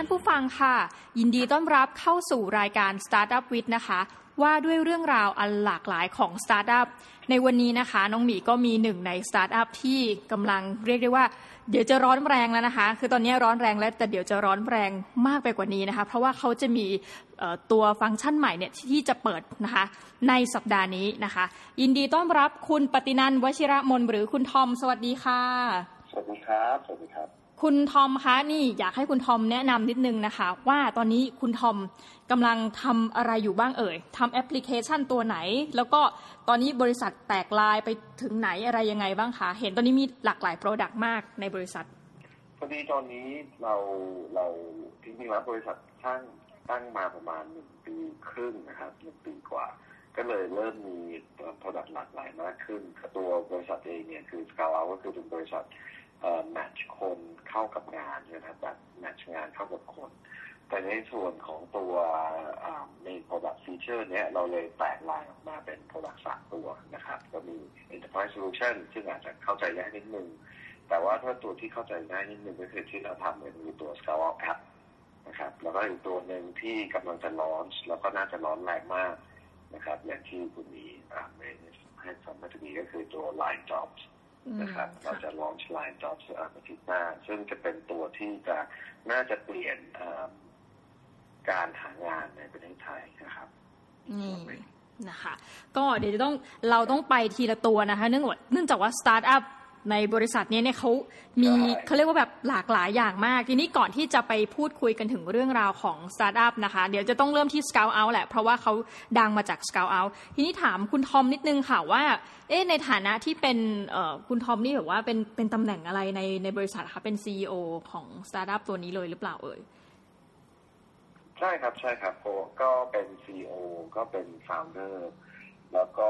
ผู้ฟังค่ะยินดีต้อนรับเข้าสู่รายการ Startup With นะคะว่าด้วยเรื่องราวอันหลากหลายของ Startup ในวันนี้นะคะน้องหมีก็มีหนึ่งใน Startup ที่กำลังเรียกได้ว่าเดี๋ยวจะร้อนแรงแล้วนะคะคือตอนนี้ร้อนแรงแล้วแต่เดี๋ยวจะร้อนแรงมากไปกว่านี้นะคะเพราะว่าเขาจะมีตัวฟังก์ชันใหม่เนี่ยที่จะเปิดนะคะในสัปดาห์นี้นะคะยินดีต้อนรับคุณปฏินันท์ วชิรมนหรือคุณทอมสวัสดีค่ะสวัสดีครับสวัสดีครับคุณทอมคะนี่อยากให้คุณทอมแนะนำนิดนึงนะคะว่าตอนนี้คุณทอมกำลังทำอะไรอยู่บ้างเอ่ยทำแอปพลิเคชันตัวไหนแล้วก็ตอนนี้บริษัทแตกลายไปถึงไหนอะไรยังไงบ้างคะเห็นตอนนี้มีหลากหลายโปรดักต์มากในบริษัทพอดีตอนนี้เราจริงๆแล้วบริษัทตั้งมาประมาณ1 ปีครึ่งนะครับ1 ปีกว่าก็เลยเริ่มมีโปรดักต์หลากหลายมากขึ้นตัวบริษัทเองเนี่ยคือ Scout Out ก็คือเป็นบริษัทแมทช์คนเข้ากับงานนะครับแบบแมทช์งานเข้ากับคนแต่ในส่วนของตัวใน product feature เนี้ยเราเลยแตกลายออกมาเป็น product 3 ตัวนะครับก็มี enterprise solution ซึ่งอาจจะเข้าใจยากนิดนึงแต่ว่าถ้าตัวที่เข้าใจง่ายนิดนึงก็คือที่เราทำเป็นตัว Scout Out App นะครับแล้วก็อีกตัวหนึ่งที่กำลังจะ launch แล้วก็น่าจะร้อนแรงมากนะครับอย่างที่คุณมีให้สัมภาษณ์ก็คือตัว Line Jobsนะครับเราจะ launch Line Jobs อาทิตย์หน้าซึ่งจะเป็นตัวที่น่าจะเปลี่ยนการหางานในประเทศไทยนะครับนี่นะคะก็เดี๋ยวเราต้องไปทีละตัวนะคะเนื่องจากว่าสตาร์ทอัพในบริษัทนี้เนี่ยเขาเรียกว่าแบบหลากหลายอย่างมากทีนี้ก่อนที่จะไปพูดคุยกันถึงเรื่องราวของสตาร์ทอัพนะคะเดี๋ยวจะต้องเริ่มที่ Scout Out แหละเพราะว่าเขาดังมาจาก Scout Out ทีนี้ถามคุณทอมนิดนึงค่ะว่าในฐานะที่เป็นคุณทอมนี่แบบว่าเป็นตำแหน่งอะไรในบริษัทคะเป็น CEO ของสตาร์ทอัพตัวนี้เลยหรือเปล่าเอ่ยใช่ครับก็เป็น CEO ก็เป็น Founder แล้วก็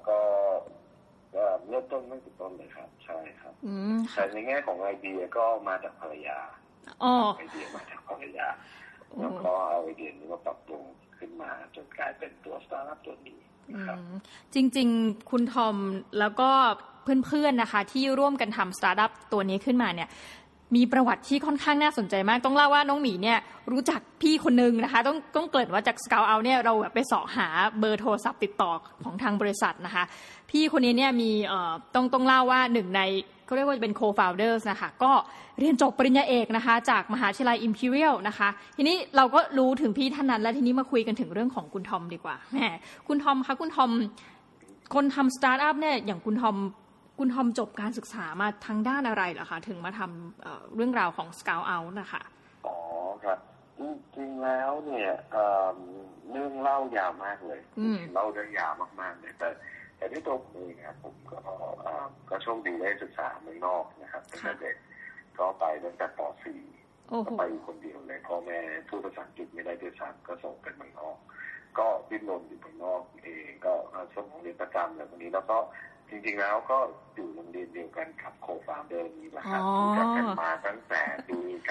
เริ่มต้นตั้งแต่ต้นเลยครับใช่ครับแต่ในแง่ของไอเดียก็มาจากภรรยาไอเดียมาจากภรรยาแล้วก็เอาไอเดียนี้มาปรับปรุงขึ้นมาจนกลายเป็นตัวสตาร์ทอัพตัวนี้ครับจริงๆคุณทอมแล้วก็เพื่อนๆนะคะที่ร่วมกันทำสตาร์ทอัพตัวนี้ขึ้นมาเนี่ยมีประวัติที่ค่อนข้างน่าสนใจมากต้องเล่าว่าน้องหมีเนี่ยรู้จักพี่คนนึงนะคะต้องเกริ่นว่าจาก Scout Out เนี่ยเราไปเสาะหาเบอร์โทรศัพท์ติดต่อของทางบริษัทนะคะพี่คนนี้เนี่ยมีต้องเล่าว่าหนึ่งในเขาเรียกว่าเป็น co-founders นะคะก็เรียนจบปริญญาเอกนะคะจากมหาวิทยาลัย Imperial นะคะทีนี้เราก็รู้ถึงพี่ท่านนั้นแล้วทีนี้มาคุยกันถึงเรื่องของคุณทอมดีกว่าคุณทอมคะคุณทอมคนทำสตาร์ทอัพเนี่ยอย่างคุณทอมจบการศึกษามาทางด้านอะไรเหรอคะถึงมาทำเรื่องราวของ Scout Out นะคะครับจริงๆแล้วเนี่ยเรื่องเล่ายาวมากเลยเล่าได้ยาวมากๆเลยแต่ที่ตัวผมเองครับผมก็โชคดีได้ศึกษาเมืองนอกนะครับตั้งแต่เด็กก็ไปตั้งแต่ป .4 ก็ไปคนเดียวเลยพ่อแม่พูดภาษาอังกฤษไม่ได้ด้วยซ้ำก็ส่งไปเมืองนอกก็ดิ้นรนอยู่เมืองนอกเองก็ช่วงของเรียนประจำอะไรพวกนี้แล้วก็จริงๆแล้วก็อยู่โรงเรียนเดียวกันกับโคฟาวเดอร์นี้นะครับรู้จักกันมาตั้งแต่ปี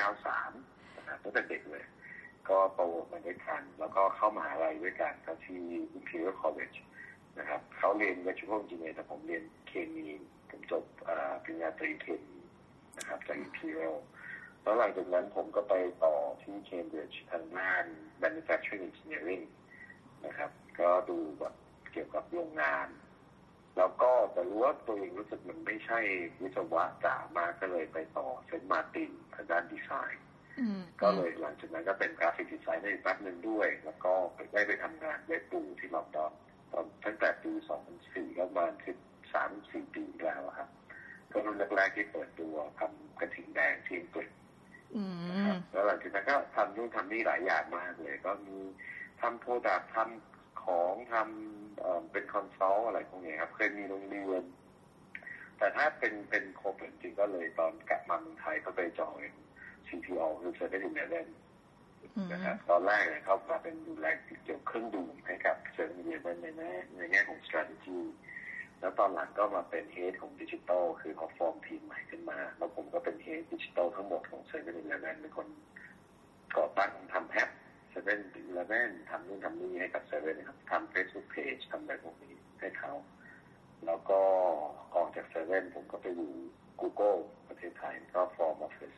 93 นะครับตั้งแต่เด็กเลยก็โตมาด้วยกันแล้วก็เข้ามหาลัยด้วยกันก็ที่ Imperial College นะครับเขาเรียน Vegetable Engineering แต่ผมเรียนเคมีผมจบปริญญาตรีเคมีนะครับจาก Imperial แล้วหลังจากนั้นผมก็ไปต่อที่ Cambridge ทางด้าน Manufacturing Engineering นะครับก็ดูแบบเกี่ยวกับโรงงานแล้วก็แต่รู้ว่าตัวเองรู้สึกมันไม่ใช่วิศวะจ๋ามากก็เลยไปต่อเซนต์มาร์ตินทางด้านดีไซน์ก็เลยหลังจากนั้นก็เป็นกราฟิกดีไซน์ในแป๊บนึงด้วยแล้วก็ได้ไปทำงานเว็บปูที่ลอนดอนตอนตั้งแต่ปี 2004 ก็ประมาณ 13-14 ปีแล้วครับก็รุ่นแรกๆที่เปิดตัวทำกระถิ่นแดงที่อังกฤษนะครับแล้วหลังจากนั้นก็ทำนู่นทำนี่หลายอย่างมากเลยก็มีทำโปรดักต์ทำของทำเป็นคอนซัลท์อะไรพวกนี้ครับเคยมีโรงเรียนแต่ถ้าเป็นโคเปนจริงก็เลยตอนกลับมาเมืองไทยก็ไปจอย CTO คือ 7-Eleven นะครับตอนแรกเนี่ยเขามาเป็นดูแลเกี่ยวเครื่องดื่มให้กับ 7-Eleven ในแง่ของ strategy แล้วตอนหลังก็มาเป็น head ของดิจิทัลคือเขาฟอร์มทีมใหม่ขึ้นมาแล้วผมก็เป็น head ดิจิทัลทั้งหมดของ 7-Eleven เป็นคนก่อตั้งทำแอป7-Eleven ทำนู่นทำนี่ให้กับ7นะครับทำ Facebook Page ทำอะไรพวกนี้ให้เขาแล้วก็ออกจาก7ผมก็ไปอยู่ Google ประเทศไทยก็ Form Office Google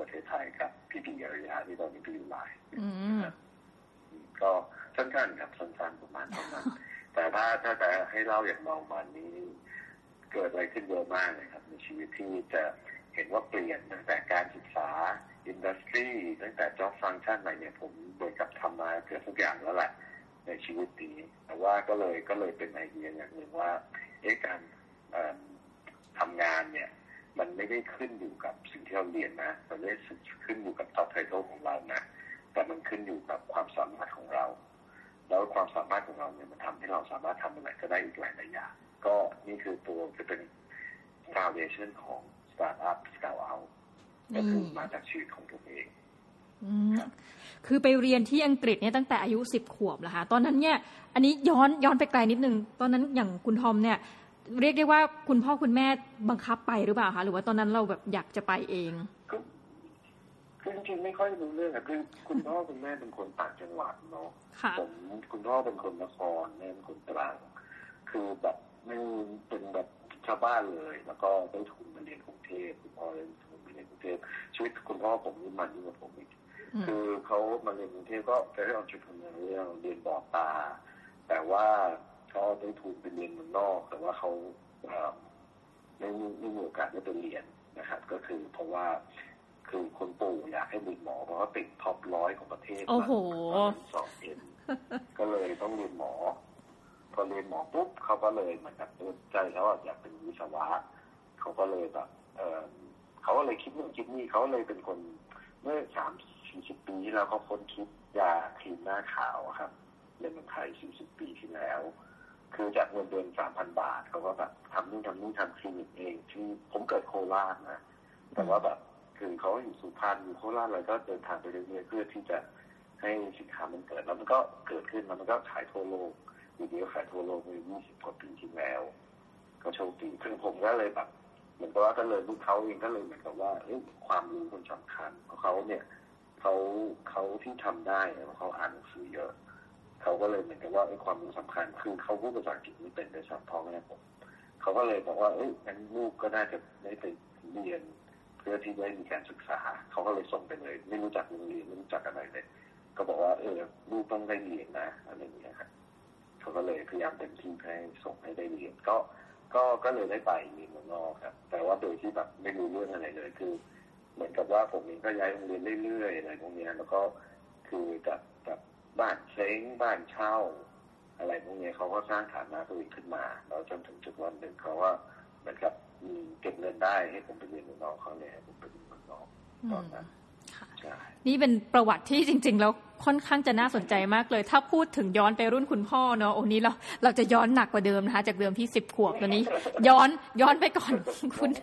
ประเทศไทยกับพี่ปีอริยาที่ตอนนี้พี่อยู่ไลน์ก็สั้นๆครับสั้นๆประมาณเท่านั้นแต่ถ้าจะให้เล่าอย่างเมามันนี้เกิดอะไรขึ้นเยอะมากเลยครับในชีวิตที่จะเห็นว่าเปลี่ยนตั้งแต่การศึกษาอินดัสทรีตั้งแต่ job function อะไรเนี่ยผมโดยกับทำมาเกือบทุกอย่างแล้วแหละในชีวิตนี้แต่ว่าก็เลยเป็นไอเดียอย่างหนึ่งว่าการทำงานเนี่ยมันไม่ได้ขึ้นอยู่กับสิ่งที่เราเรียนนะมันไม่ได้ขึ้นอยู่กับ job title ของเรานะแต่มันขึ้นอยู่กับความสามารถของเราแล้วความสามารถของเราเนี่ยมันทำให้เราสามารถทำอะไรก็ได้อีกหลายอย่างก็นี่คือตัวจะเป็น foundation ของ startup scale out ก็คือมาจากชีวิตของตัวเองคือไปเรียนที่อังกฤษเนี่ยตั้งแต่อายุ10 ขวบแล้วค่ะตอนนั้นเนี่ยอันนี้ย้อนไปไกลนิดนึงตอนนั้นอย่างคุณทอมเนี่ยเรียกได้ว่าคุณพ่อคุณแม่บังคับไปหรือเปล่าคะหรือว่าตอนนั้นเราแบบอยากจะไปเองคือจริงๆไม่ค่อยรู้เรื่องคือคุณพ่อคุณแม่เป็นคนต่างจังหวัดเนาะผมคุณพ่อเป็นคนนครแม่เป็นคนตรังคือแบบไม่เป็นแบบชาวบ้านเลยแล้วก็ได้ทุนมาเรียนกรุงเทพคุณพ่อได้ทุนมาเรียนกรุงเทพชีวิตคุณพ่อผมนี่มันยิ่งกว่าผมอีกคือเขามาเรียนกรุงเทพก็ได้เอาชุดทำงานเรียนบอตาแต่ว่าเขาได้ทุนไปเรียนเมืองนอกแต่ว่าเขาไม่มีโอกาสได้ไปเรียนนะครับก็คือเพราะว่าคือคนปู่อยากให้เรียนหมอเพราะว่าติดท็อป100ของประเทศสอบเอ็นก็เลยต้องเรียนหมอพอเรียนหมอปุ๊บเขาก็เลยเหมือนกับใจแล้วอยากเป็นวิศวะเขาก็เลยแบบเขาก็เลยคิดนู่นคิดนี่เขาเลยเป็นคนเมื่อ30-40 ปีที่แล้วเขาค้นคิดยาครีมหน้าขาวครับในเมืองไทย40 ปีที่แล้วคือจากเงินเดือน 3,000 บาทเขาก็แบบทำนู่นทำคลินิกเองที่ผมเกิดโคราชนะแต่ว่าแบบคือเขาอยู่สุพรรณอยู่โคราชอะไรก็เดินทางไปเรื่อยๆเพื่อที่จะให้สินค้ามันเกิดแล้วมันก็เกิดขึ้นแล้วมันก็ขายทั่วโลกวิดีโอขายทั่วโลกใน20 กว่าปีที่แล้วก็โชคดีซึ่งผมก็เลยแบบเหมือนกับว่าก็เลยลูกเขาเองก็เลยเหมือนกับว่าความรู้มันสำคัญเพราะเขาเนี่ยเขาที่ทำได้เพราะเขาอ่านหนังสือเยอะเขาก็เลยเหมือนกับว่าความรู้สำคัญคือเขาพูดภาษาอังกฤษไม่เป็นด้วยซ้ำพ่อแม่ผมเขาก็เลยบอกว่างั้นลูกก็น่าจะได้ไปเรียนเพื่อที่ได้มีการศึกษาเขาก็เลยส่งไปเลยไม่รู้จักโรงเรียนไม่รู้จักอะไรเลยก็บอกว่าลูกต้องได้เรียนนะอะไรอย่างเงี้ยครับเขาก็เลยพยายามเต็มที่ให้ส่งให้ได้เรียนก็เลยได้ไปเรียนเมืองนอกครับแต่ว่าโดยที่แบบไม่รู้เรื่องอะไรเลยคือเหมือนกับว่าผมเองก็ย้ายโรงเรียนเรื่อยๆอะไรพวกนี้แล้วก็คือจากบ้านเซ้งบ้านเช่าอะไรพวกนี้เขาก็สร้างฐานะตัวเองขึ้นมาแล้วจนถึงจุดวันหนึ่งเขาว่าเหมือนกับมีเก็บเงินได้ให้ผมไปเรียนเมืองนอกเขาเนี่ยผมไปเรียนเมืองนอกตอนนั้นนี่เป็นประวัติที่จริงๆแล้วค่อนข้างจะน่าสนใจมากเลยถ้าพูดถึงย้อนไปรุ่นคุณพ่อเนาะโอ้นี้เราจะย้อนหนักกว่าเดิมนะคะจากเดิมที่10 ขวบตอนนี้ย้อนไปก่อนคุณ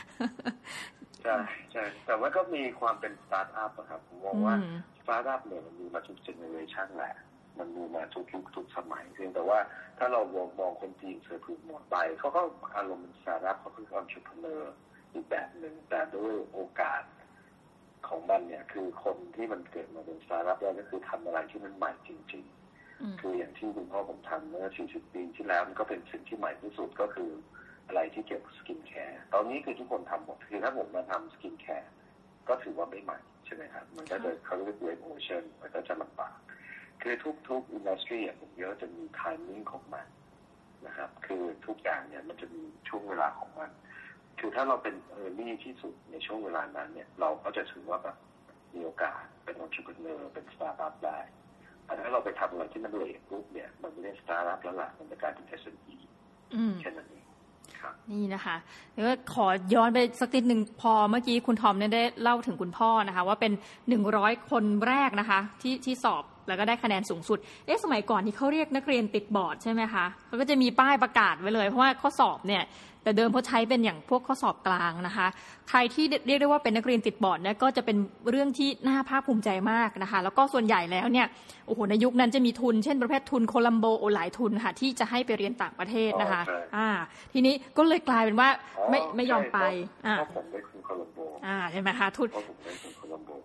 ใช่แต่ว่าก็มีความเป็นสตาร์ทอัพครับผมมองว่าสตาร์ทอัพเนี่ยมันมีมาทุกเจเนอเรชันแหละมันมีมาทุกยุคทุกสมัยเพียงแต่ว่าถ้าเรามองคนจีนเสือผืนหมอนใบเขาก็อารมณ์เป็นสตาร์ทอัพเขาคืออัลชูพเนอร์อีกแบบหนึ่งแต่ด้วยโอกาสของมันเนี่ยคือคนที่มันเกิดมาเป็นสตาร์ทอัพแล้วก็คือทำอะไรที่มันใหม่จริงๆคืออย่างที่คุณพ่อผมทำเมื่อ40 ปีที่แล้วมันก็เป็นสิ่งที่ใหม่ที่สุดก็คืออะไรที่เกี่ยวกับสกินแคร์ตอนนี้คือทุกคนทำหมดคือถ้าผมมาทำสกินแคร์ก็ถือว่าไม่ใหม่ใช่ไหมครับมันก็จะเขาเรียกเรนโอเชียนมันก็จะลำบากคือทุกอินดัสทรีผมเยอะจะมีไทมิ่งของมันนะครับคือทุกอย่างเนี่ยมันจะมีช่วงเวลาของมันคือถ้าเราเป็นนี่ที่สุดในช่วงเวลานั้นเนี่ยเราก็จะถือว่าแบบมีโอกาสเป็นองค์ประกอบเป็นสตาร์ทอัพได้แต่ถ้าเราไปทำอะไรที่มันเลทปุ๊บเนี่ยมันไม่ได้สตาร์ทอัพแล้วล่ะมันเป็นการเป็น SME แค่นั้นเองนี่นะคะแล้วก็ขอย้อนไปสักนิดนึงพอเมื่อกี้คุณทอมได้เล่าถึงคุณพ่อนะคะว่าเป็น100 คนแรกนะคะที่สอบแล้วก็ได้คะแนนสูงสุดสมัยก่อนที่เขาเรียกนักเรียนติดบอร์ดใช่ไหมคะเขาก็จะมีป้ายประกาศไว้เลยเพราะว่าข้อสอบเนี่ยแต่เดิมเขาใช้เป็นอย่างพวกข้อสอบกลางนะคะใครที่เรียกได้ว่าเป็นนักเรียนติดบอร์ดเนี่ยก็จะเป็นเรื่องที่น่าภาคภูมิใจมากนะคะแล้วก็ส่วนใหญ่แล้วเนี่ยโอ้โหในยุคนั้นจะมีทุนเช่นประเภททุนโคลัมโบหลายทุนค่ะที่จะให้ไปเรียนต่างประเทศนะคะทีนี้ก็เลยกลายเป็นว่าไม่ยอมไปผมได้ทุนโคลัมโบใช่ไหมคะทุน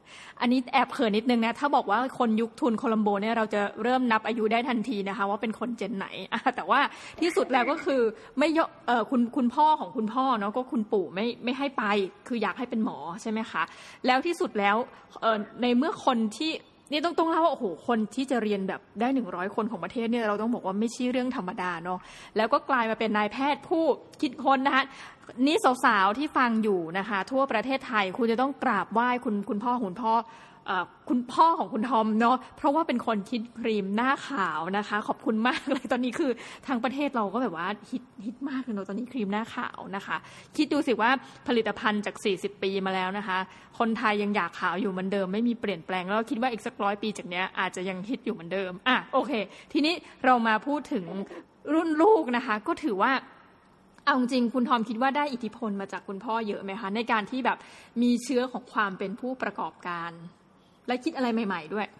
อันนี้แอบเขินนิดนึงนะถ้าบอกว่าคนยุคทุนโคลัมโบเนี่ยเราจะเริ่มนับอายุได้ทันทีนะคะว่าเป็นคนเจนไหนแต่ว่าที่สุดแล้วก็คือไม่คุณพ่อของคุณพ่อเนาะก็คุณปู่ไม่ให้ไปคืออยากให้เป็นหมอใช่ไหมคะแล้วที่สุดแล้วในเมื่อคนที่นี่ต้องเล่าว่าโอ้โหคนที่จะเรียนแบบได้100คนของประเทศเนี่ยเราต้องบอกว่าไม่ใช่เรื่องธรรมดาเนาะแล้วก็กลายมาเป็นนายแพทย์ผู้คิดค้นนะคะนี่สาวๆที่ฟังอยู่นะคะทั่วประเทศไทยคุณจะต้องกราบไหว้คุณพ่อของคุณพ่อของคุณทอมเนาะเพราะว่าเป็นคนคิดครีมหน้าขาวนะคะขอบคุณมากเลยตอนนี้คือทางประเทศเราก็แบบว่าฮิตมากเลยเนาะตอนนี้ครีมหน้าขาวนะคะคิดดูสิว่าผลิตภัณฑ์จาก40ปีมาแล้วนะคะคนไทยยังอยากขาวอยู่เหมือนเดิมไม่มีเปลี่ยนแปลงแล้วคิดว่าอีกสัก100 ปีจากเนี้ยอาจจะยังฮิตอยู่เหมือนเดิมโอเคทีนี้เรามาพูดถึงรุ่นลูกนะคะก็ถือว่าเอาจริงคุณทอมคิดว่าได้อิทธิพลมาจากคุณพ่อเยอะไหมคะในการที่แบบมีเชื้อของความเป็นผู้ประกอบการและคิดอะไรใหม่ๆด้วย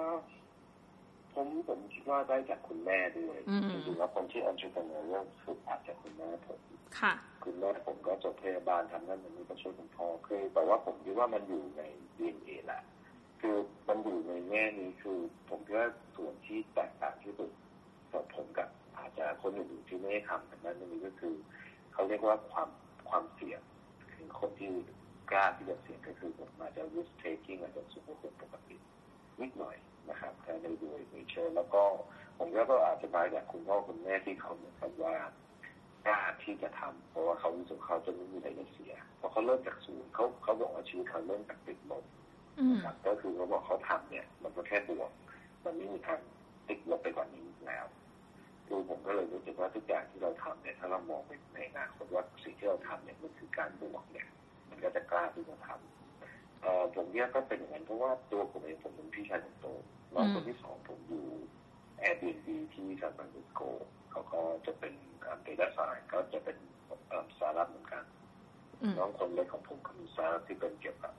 ผมคิดว่าได้จากคุณแม่ด้วยจริงๆแล้วคนที่entrepreneurialฝึกอาจจะคุณแม่ผมค่ะคุณแม่ผมก็จบพยาบาลทำนั่นทำนี่ก็ช่วยคุณพ่อคือแต่ว่าผมคิดว่ามันอยู่ใน DNA แหละคือมันอยู่ในแง่นี้คือผมคิดว่าส่วนที่แตกต่างที่สุดสำหรับผมกับอาจจะคนอื่นๆที่ไม่ได้ทำทำนั่นทำนี่ก็คือเขาเรียกว่าความเสี่ยงคือคนที่กล้าที่จะเสี่ยงก็คือผมอาจจะ risk taking อาจจะสูงกว่าคนปกตินิดหน่อยนะครับแต่ในโดยเชิงแล้วก็ผมก็อาจจะมาจากคุณพ่อคุณแม่ที่เขาเหมือนกันว่ากล้าที่จะทำเพราะว่าเขารู้สึกเขาจะไม่มีอะไรจะเสียเพราะเขาเริ่มจากศูนย์เขาบอกว่าชีวิตเขาเริ่มจากติดลบนะครับก็คือเขาบอกเขาทำเนี่ยมันก็แค่บวกมันไม่มีทางติดลบไปกว่านี้แล้วคือผมก็เลยรู้สึกว่าทุกอย่างที่เราทำเนี่ยถ้าเรามองไปในอนาคตว่าสิ่งที่เราทำเนี่ยมันคือการบวกเนี่ยมันก็จะกล้าที่จะทำผมเนี่ยก็เป็นอย่างนั้นเพราะว่าตัวผมเองผมเป็นพี่ชายคนโตน้องคนที่2ผมอยู่ Airbnb ที่ซานฟรานซิสโกเขาก็จะเป็นdata science ก็จะเป็นสตาร์ทอัพเหมือนกันน้องคนเล็กของผมก็มีสตาร์ทอัพที่เป็นเกี่ยวกับ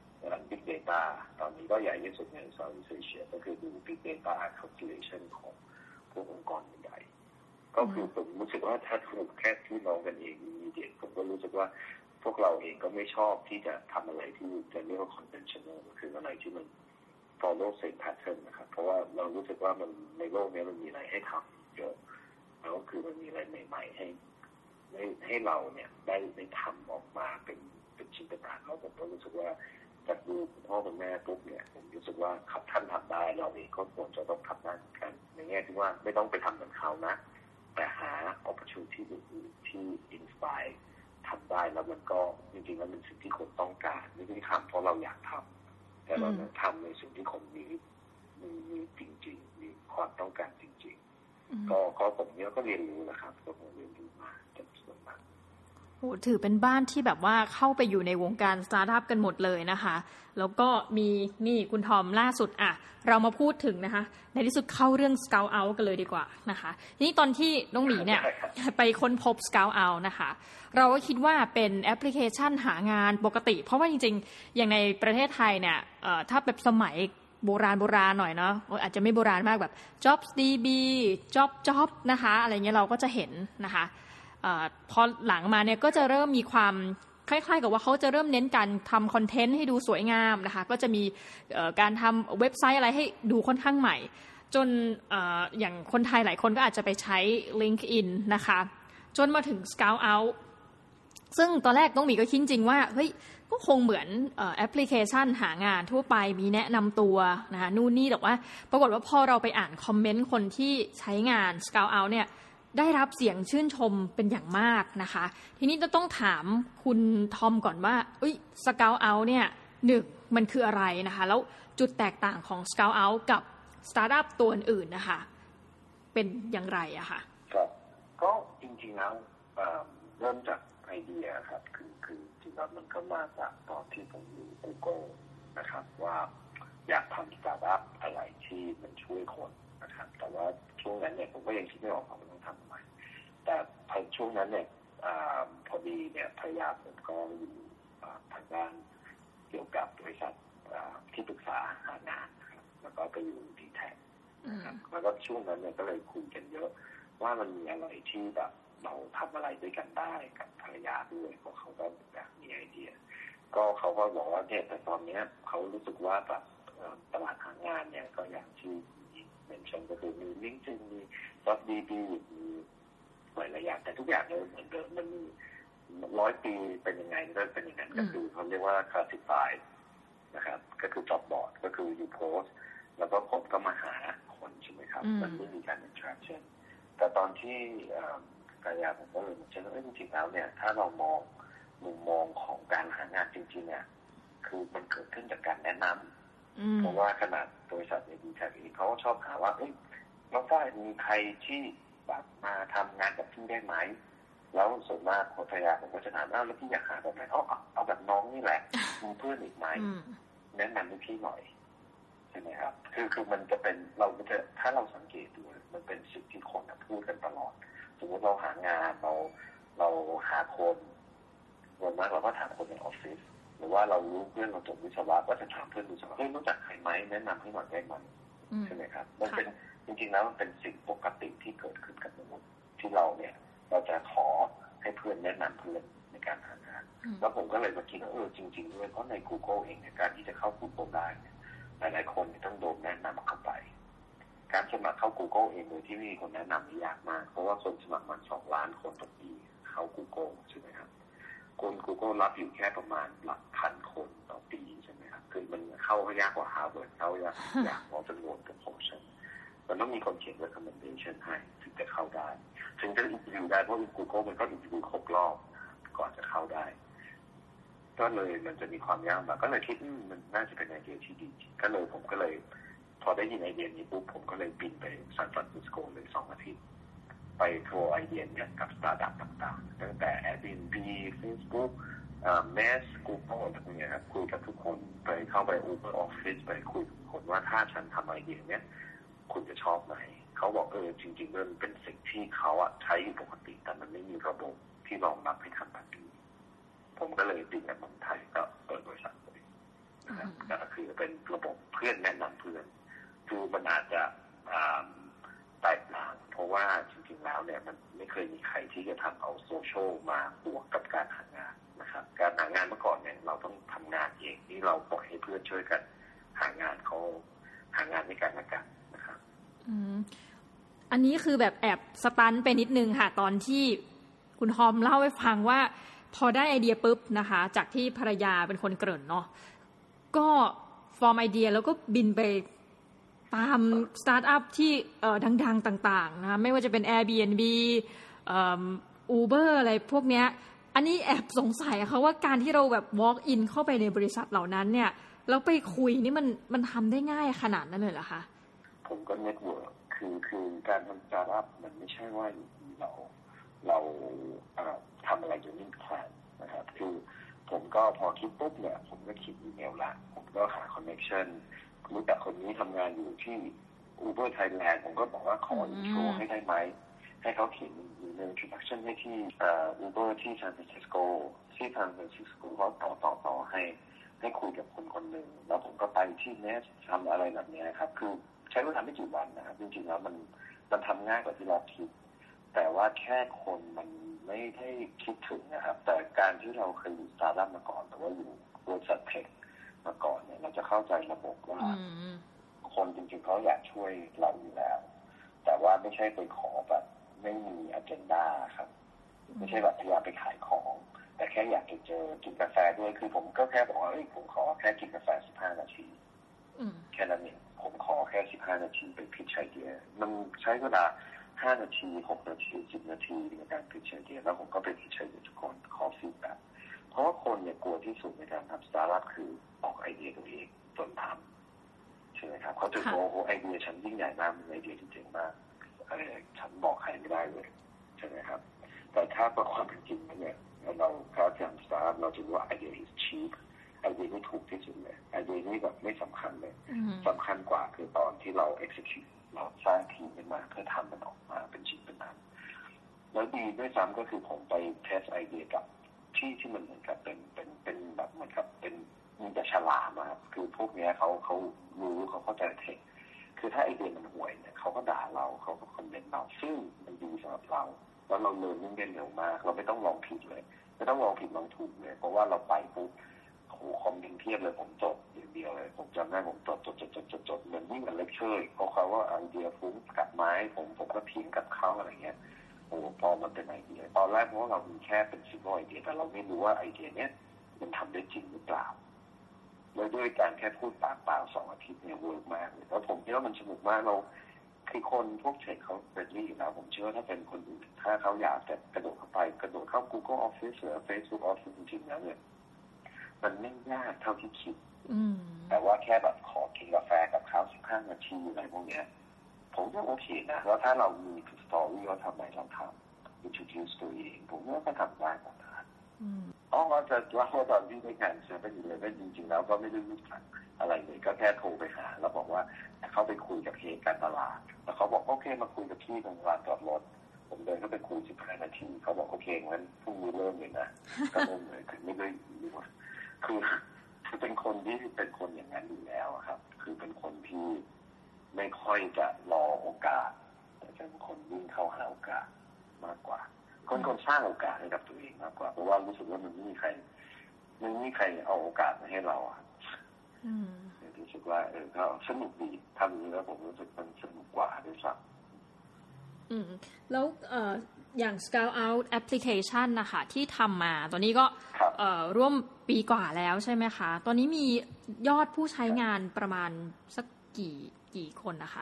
Big Data ตอนนี้ก็ใหญ่ที่สุดใน Southeast Asia ก็คือดู Big Data Calculation ของพวกองค์กรใหญ่ก็คือผมรู้สึกว่าถ้าถูกแค่พี่น้องกันเองมีเด็กผมก็รู้สึกว่าพวกเราเองก็ไม่ชอบที่จะทำอะไรที่จะเรียกว่า conventional คืออะไรที่มัน follow same pattern นะครับเพราะว่าเรารู้สึกว่ามันในโลกนี้มันมีอะไรให้ทำเยอะแล้วคือมันมีอะไรใหม่ๆให้เราเนี่ยได้ทำออกมาเป็นชิ้นเป็นอันแล้วผมก็รู้สึกว่าจากดูคุณพ่อคุณแม่ปุ๊บเนี่ยผมรู้สึกว่าขับท่านทำได้เราเองก็ควรจะต้องทำได้เหมือนกันในแง่ที่ว่าไม่ต้องไปทำเหมือนเขานะแต่หา opportunity อื่นๆที่ inspire ทำได้แล้วมันก็จริงๆแล้วเป็นสิ่งที่คนต้องการไม่ได้ทำเพราะเราอยากทำแต่เราทำในสิ่งที่คนมีจริงๆมีความต้องการจริงๆก็ผมเนี่ยก็เรียนรู้นะครับก็ผมเรียนรู้มาจนส่วนมากโอ้ถือเป็นบ้านที่แบบว่าเข้าไปอยู่ในวงการสตาร์ทอัพกันหมดเลยนะคะแล้วก็มีนี่คุณทอมล่าสุดเรามาพูดถึงนะคะในที่สุดเข้าเรื่อง Scout Out กันเลยดีกว่านะคะนี่ตอนที่น้องหมีเนี่ยไปค้นพบ Scout Out นะคะเราก็คิดว่าเป็นแอปพลิเคชันหางานปกติเพราะว่าจริงๆอย่างในประเทศไทยเนี่ยถ้าแบบสมัยโบราณหน่อยเนาะอาจจะไม่โบราณมากแบบ JobsDB Job นะคะอะไรเงี้ยเราก็จะเห็นนะคะพอหลังมาเนี่ยก็จะเริ่มมีความคล้ายๆกับว่าเขาจะเริ่มเน้นการทำคอนเทนต์ให้ดูสวยงามนะคะก็จะมีการทำเว็บไซต์อะไรให้ดูค่อนข้างใหม่จนอย่างคนไทยหลายคนก็อาจจะไปใช้ LinkedIn นะคะจนมาถึง Scout Out ซึ่งตอนแรกต้องมีก็คิดจริงว่าเฮ้ยก็คงเหมือนแอปพลิเคชันหางานทั่วไปมีแนะนำตัวนะคะนู่นนี่แต่ว่าปรากฏว่าพอเราไปอ่านคอมเมนต์คนที่ใช้งาน Scout Out เนี่ยได้รับเสียงชื่นชมเป็นอย่างมากนะคะทีนี้จะต้องถามคุณทอมก่อนว่าScout Out เนี่ย1มันคืออะไรนะคะแล้วจุดแตกต่างของ Scout Out กับสตาร์ทอัพตัวอื่นนะคะเป็นอย่างไรอะค่ะครับก็จริงๆแล้วเริ่มจากไอเดียครับคือจริงๆแล้วมันก็มาจากตอนที่ผมอยู่ Google นะครับว่าอยากทำสตาร์ทอัพอะไรที่มันช่วยคนนะครับแต่ว่าช่วงนั้นเนี่ยผมก็ยังคิดไม่ออกว่ามันต้องทำอะไรแต่พอช่วงนั้นเนี่ยพอดีเนี่ยภรรยาผมก็อยู่ทางด้านเกี่ยวกับบริษัทที่ปรึกษาหางานนะครับแล้วก็ไปอยู่ที่แท็กนะครับแล้วก็ช่วงนั้นเนี่ยก็เลยคุยกันเยอะว่ามันมีอะไรที่แบบเราทำอะไรด้วยกันได้กับภรรยาด้วยเพราะเขาก็แบบมีไอเดียก็เขาก็บอกว่าเนี่ยแต่ตอนนี้เขารู้สึกว่าแบบตลาดหางานเนี่ยก็อย่างที่เมนชั่นก็คือมีลิงก์จึงมีซับดีมีหลายอย่างแต่ทุกอย่างเลยเหมือนเดิมมันมี100 ปีเป็นยังไงก็เป็นอย่างนั้นก็คือเขาเรียกว่า classify นะครับก็คือ job board ก็คือ you post แล้วก็คนก็มาหาคนใช่ไหมครับมันไม่มีการ interaction แต่ตอนที่กายาผมก็เลยเชื่อว่าจริงๆแล้วเนี่ยถ้าเรามองมุมมองของการหางานจริงๆเนี่ยคือมันเกิดขึ้นจากการแนะนำเพราะว่าขนาดบริษัทในดีแท็กเองเขาก็ชอบหาว่าน้องฝ้ายมีใครที่แบบมาทำงานกับพี่ได้ไหมแล้วส่วนมากคนพยาผมก็จะถามแล้วพี่อยากหาแบบไหนเอาแบบน้องนี่แหละมีเพื่อนอีกไหมแนะนำให้พี่หน่อยใช่ไหมครับคือมันจะเป็นเราจะถ้าเราสังเกตดูมันเป็นสิ่งที่คนพูดกันตลอดสมมติเราหางานเราหาคนส่วนมากเราก็ถามคนในออฟฟิศหรือว่าเรารู้เพื่อนเราจบวิศวะก็จะถามเพื่อนวิศวะรู้จักใครไหมแนะนำให้หน่อยได้ไหมใช่ไหมครับมันเป็นจริงๆแล้วมันเป็นสิ่งปกติที่เกิดขึ้นกับมนุษย์ที่เราเนี่ยเราจะขอให้เพื่อนแนะนำเพื่อนในการหางานแล้วผมก็เลยมาคิดว่าจริงๆด้วยเพราะใน Google เองในการที่จะเข้า Google ได้หลายๆคนต้องโดนแนะนำเข้าไปการสมัครเข้า Google เองโดยที่ไม่มีคนแนะนำนี่ยากมากเพราะว่าคนสมัครมัน2 ล้านคนต่อปีเข้า Google ใช่ไหมครับคน Google รับอยู่แค่ประมาณหลักพันคนต่อปีใช่ไหมครับคือมันเข้ายากกว่า Harvard เข้ายากกว่าจำนวนกับ portion มันต้องมีคนเขียน recommendation ให้ถึงจะเข้าได้ถึงจะอินเทอร์วิวได้เพราะ Google มันก็อินเทอร์วิวครบรอบก่อนจะเข้าได้ก็เลยมันจะมีความยากมากก็เลยคิดมันน่าจะเป็นไอเดียที่ดีผมก็เลยพอได้ยินไอเดียนี้ปุ๊บผมก็เลยบินไปซานฟรานซิสโกเลย2 อาทิตย์ไปทัวร์ไอเดียเนี่ยกับสตาร์ทอัพต่างๆตั้งแต่ Airbnb Facebook Mess Google อะไรพวกนี้ครับคุยกับทุกคนไปเข้าไป Uber Office ไปคุยกับคนว่าถ้าฉันทำไอเดียเนี้ยคุณจะชอบไหมเขาบอกจริงๆมันเป็นสิ่งที่เขาใช้อยู่ปกติแต่มันไม่มีระบบที่รองรับให้ทำแบบนี้ผมก็เลยบินมาเมืองไทยก็เปิดบริษัทเลยนะครับก็คือเป็นระบบเพื่อนแนะนำเพื่อนคือมันอาจจะแตกต่างเพราะว่าจริงๆแล้วเนี่ยมันไม่เคยมีใครที่จะทำเอาโซเชียลมาบวกกับการหางานนะครับการหางานเมื่อก่อนเนี่ยเราต้องทำงานเองนี่เราปล่อยให้เพื่อนช่วยกันหางานเขาหางานในการละกันนะครับอันนี้คือแบบแอบสตันไปนิดนึงค่ะตอนที่คุณทอมเล่าให้ฟังว่าพอได้ไอเดียปุ๊บนะคะจากที่ภรรยาเป็นคนเกริ่นเนาะก็ฟอร์มไอเดียแล้วก็บินไปตามสตาร์ทอัพที่ดังๆต่างๆนะคะไม่ว่าจะเป็น Airbnb Uber อะไรพวกเนี้ยอันนี้แอบสงสัยค่ะว่าการที่เราแบบ walk in เข้าไปในบริษัทเหล่านั้นเนี่ยแล้วไปคุยนี่มันทำได้ง่ายขนาดนั้นเลยเหรอคะผมก็เน็ตเวิร์คคือการทำสตาร์ทอัพมันไม่ใช่ว่าเราทำอะไรจนนิ่งแค่นะครับคือผมก็พอคิดปุ๊บเนี่ยผมก็คิดอีเมลละผมก็หาคอนเนคชั่นรู้จักคนนี้ทำงานอยู่ที่ Uber Thailand ผมก็บอกว่าขออินโทรให้ได้ไหมให้เขาเขียนอีเมล introduction ให้ที่Uber ที่ซานฟรานซิสโกเขาต่อให้คุยกับคนหนึ่งแล้วผมก็ไปที่เนสทำอะไรแบบนี้ครับคือใช้เวลาไม่กี่วันนะครับจริงๆแล้วมันทำง่ายกว่าที่เราคิดแต่ว่าแค่คนมันไม่ได้คิดถึงนะครับแต่การที่เราเคยอยู่สตาร์ทอัพมาก่อนหรือว่าอยู่บริษัทเทคมาก่อนเนี่ยเราจะเข้าใจระบบว่าคนจริงๆเขาอยากช่วยเราอยู่แล้วแต่ว่าไม่ใช่ไปขอแบบไม่มีอเจนดาครับไม่ใช่แบบพยายามไปขายของแต่แค่อยากจะเจอกินกาแฟด้วยคือผมก็แค่บอกว่าผมขอแค่กินกาแฟ15 นาทีแค่นั้นเองผมขอแค่15 นาทีไปพิชไอเดียมันใช้เวลา5 นาที6 นาที10 นาทีในการพิชไอเดียแล้วผมก็ไปพิชไอเดียทุกคนขอฟีดแบ็กเพราะว่าคนเนี่ยกลัวที่สุดในการทำสตาร์ทอัพคือออกไอเดียตัวเองจนทำใช่ไหมครับเขาจะบอกว่าไอเดียฉันยิ่งใหญ่มากเป็นไอเดียที่เจ๋งมากฉันบอกใครไม่ได้เลยใช่ไหมครับแต่ถ้าประความเป็นจริงเนี่ยเราถ้าทำสตาร์ทอัพเราจะรู้ว่าไอเดีย is cheap ไอเดียไม่ถูกที่สุดเลยไอเดียนี้แบบไม่สำคัญเลยสำคัญกว่าคือตอนที่เรา execute เราสร้างทีมขึ้นมาเพื่อทำมันออกมาเป็นชิ้นเป็นอันแล้วดีด้วยซ้ำก็คือผมไปเทสไอเดียกับที่มันเหมือนกับเป็นแบบเหมือนกับเป็นมีแต่ฉลาดนะครับคือพวกนี้เขารู้เขาเข้าใจเทคคือถ้าไอเดียมันห่วยเนี่ยเขาก็ด่าเราเขาก็คอมเมนต์เราซึ่งมันดีสำหรับเราแล้วเราเรียนรู้ได้เร็วมากเราไม่ต้องลองผิดเลยไม่ต้องลองผิดลองถูกเลยเพราะว่าเราไปปุ๊บคอมเมนต์เทียบเลยผมจดอย่างเดียวเลยผมจำได้ผมจดเหมือนยิ่งกับเลคเชอร์เพราะเขาว่าไอเดียฟุ้งกับไม้ผมก็ทิ้งกับเขาอะไรเงี้ยโอ้พอมันเป็นไอเดียตอนแรกเพราะเรามีแค่เป็นซิงเกิลไอเดียแต่เราไม่รู้ว่าไอเดียเนี้ยมันทำได้จริงหรือเปล่าแล้วด้วยการแค่พูดปากเปล่า2 อาทิตย์เนี่ยเวิร์กมากเลยแล้วผมคิดว่ามันสนุกมากเราคือคนพวกเทรดเขาเป็นรีอยู่แล้วผมเชื่อว่าถ้าเป็นคนอื่นถ้าเขาอยากจะกระโดดเข้าไปกระโดดเข้า Google Office หรือ Facebook Office จริงๆแล้วเนี่ยมันไม่ยากเท่าที่คิดแต่ว่าแค่แบบขอกินกาแฟกับเขา15 นาทีอะไรพวกเนี้ยผมก็โอเคนะแล้วถ้าเรามีสตอรี่ว่าทำไมเราทำ introduce ตัวเองผมว่าก็ทำได้หมดนะเราจะเล่าตอนที่ไปงาน7-11จริงๆแล้วก็ไม่ได้รู้จักอะไรเลยก็แค่โทรไปหาแล้วบอกว่าเขาไปคุยกับเฮดการตลาดแล้วเขาบอกโอเคมาคุยกับพี่ตรงลานจอดรถผมเดินเข้าไปคุย15 นาทีเขาบอกโอเคงั้นพรุ่งนี้เริ่มเลยนะก็เริ่มเลยคือไม่ได้คือเป็นคนที่เป็นคนอย่างนั้นอยู่แล้วครับคือเป็นคนที่ไม่ค่อยจะรอโอกาสแต่เป็นคนวิ่งเข้าหาโอกาสมากกว่าคนสร้างโอกาสให้กับตัวเองมากกว่าเพราะว่ารู้สึกว่ามันไม่มีใครเอาโอกาสมาให้เรารู้สึกว่าก็สนุกดีทำนี้แล้วผมรู้สึกมันสนุกกว่าด้วยซ้ำแล้วอย่าง Scout Out Application นะคะที่ทำมาตอนนี้ก็ร่วมปีกว่าแล้วใช่ไหมคะตอนนี้มียอดผู้ใช้งานประมาณสักกี่คนนะคะ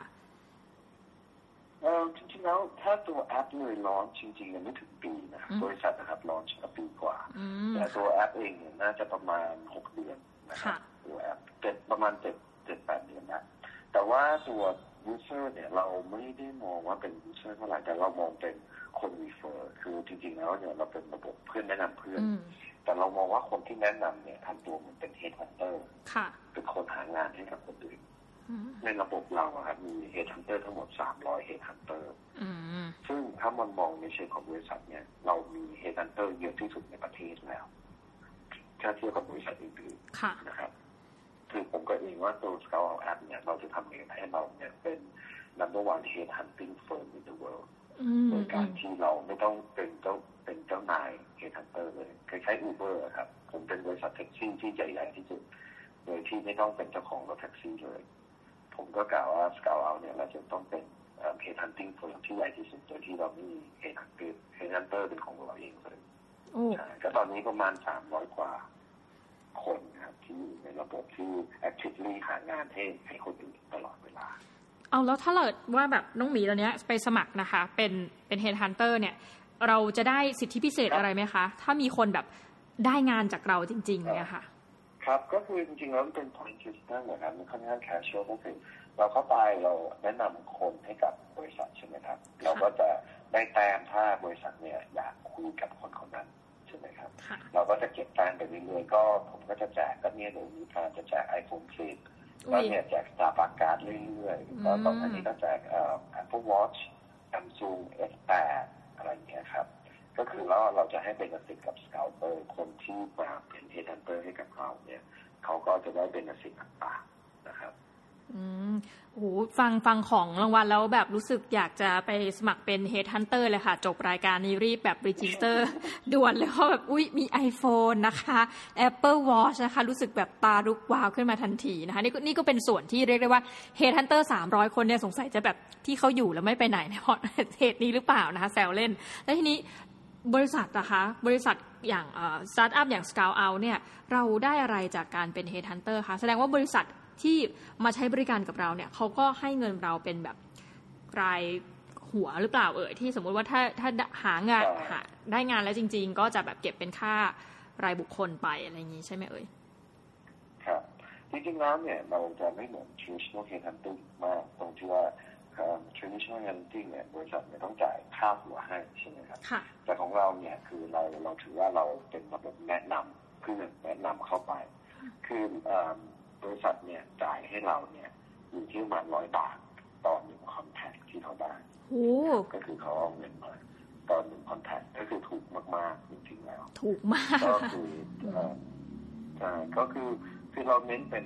จริงๆแล้วถ้าตัวแอปเลยลอนจริงๆยังไม่ถึงปีนะบริษัทนะครับลอนมาปีกว่าแต่ตัวแอปเองเนี่ยน่าจะประมาณ6 เดือนนะครับตัวแอปประมาณ7-8 เดือนนะแต่ว่าตัว user เนี่ยเราไม่ได้มองว่าเป็น user เท่าไหร่แต่เรามองเป็นคน refer คือจริงๆแล้วเนี่ยเราเป็นระบบเพื่อนแนะนำเพื่อนแต่เรามองว่าคนที่แนะนำเนี่ยทำตัวเหมือนเป็น headhunter เป็นคนหางานให้กับคนอื่นในระบบเราครับมี headhunter ทั้งหมด300 headhunter ซึ่งถ้ามันมองในเชิงของบริษัทเนี่ยเรามี headhunter เยอะที่สุดในประเทศแล้วถ้าเทียบกับบริษัทอื่นๆนะครับคือผมก็เองว่าตัว Scout Out App เนี่ยเราจะทำเองให้เราเนี่ยเป็น number one headhunting firm in the world โดยการที่เราไม่ต้องเป็นเจ้านาย headhunter เลยคล้ายๆ Uber ครับผมเป็นบริษัทแท็กซี่ที่ใหญ่ที่สุดโดยที่ไม่ต้องเป็นเจ้าของรถแท็กซี่เลยผมก็กล่าวว่า Scout Out เนี่ยเราจะต้องเป็นheadhunting firm ที่ใหญ่ที่สุดโดยที่เราไม่มี headhunter เป็นของเราเองเลยก็ตอนนี้ประมาณ300 กว่าคนครับที่ในระบบที่ actively หางานให้คนอื่นตลอดเวลาเอาแล้วถ้าเกิดว่าแบบน้องหมีตอนนี้ไปสมัครนะคะเป็น headhunter เนี่ยเราจะได้สิทธิพิเศษอะไรไหมคะถ้ามีคนแบบได้งานจากเราจริงๆเนี่ยค่ะครับก็คือจริงๆแล้วมันเป็น point system เหมือนกันมันค่อนข้าง casual ก็คือเราเข้าไปเราแนะนำคนให้กับบริษัทใช่ไหมครับเราก็จะได้แต้มถ้าบริษัทเนี่ยอยากคุยกับคนนั้นใช่ไหมครับเราก็จะเก็บแต้มไปเรื่อยๆก็ผมก็จะแจกก็เนี่ยเดี๋ยวมีการจะแจก iPhone 10ก็เนี่ยแจก Starbucks Card เรื่อยๆก็ตอนนี้ก็แจกApple Watch Samsung S8 อะไรอย่างเงี้ยครับก็คือเราจะให้เป็นสิทธิ์กับ Scouter คนที่มาเป็น Headhunter ให้กับเราเนี่ยเขาก็จะได้เป็นสิทธิ์ต่างๆนะครับโอ้โหฟังของรางวัลแล้วแบบรู้สึกอยากจะไปสมัครเป็น Headhunter เลยค่ะจบรายการนี้รีบแบบ register ด่วนเลยเพราะแบบอุ๊ยมี iPhone นะคะ Apple Watch นะคะรู้สึกแบบตาลุกวาวขึ้นมาทันทีนะคะนี่ก็เป็นส่วนที่เรียกได้ว่า Headhunter 300 คนเนี่ยสงสัยจะแบบที่เขาอยู่แล้วไม่ไปไหนเพราะเหตุนี้หรือเปล่านะคะแซวเล่นแล้วทีนี้บริษัทนะคะบริษัทอย่างสตาร์ทอัพอย่าง Scout Out เนี่ยเราได้อะไรจากการเป็น Headhunter คะแสดงว่าบริษัทที่มาใช้บริการกับเราเนี่ยเขาก็ให้เงินเราเป็นแบบรายหัวหรือเปล่าที่สมมุติว่าถ้าหางานได้งานแล้วจริงๆก็จะแบบเก็บเป็นค่ารายบุคคลไปอะไรอย่างนี้ใช่ไหมครับจริงๆแล้วเนี่ยเราจะไม่เหมือน traditional headhunting มากตรงที่ว่าtraditional headhunting เนี่ยบริษัทเนี่ยต้องจ่ายค่าหัวให้ใช่ไหมครับแต่ของเราเนี่ยคือเราถือว่าเราเป็นระบบแนะนำคือแนะนำเข้าไปคือบริษัทเนี่ยจ่ายให้เราเนี่ยอยู่ที่ประมาณ100 บาทต่อ1 contact ที่เขาได้ก็คือเขาเอาเงินมาต่อ1 contact ก็คือถูกมากๆจริงๆแล้วถูกมากก็คือใช่ก็คือเราเน้นเป็น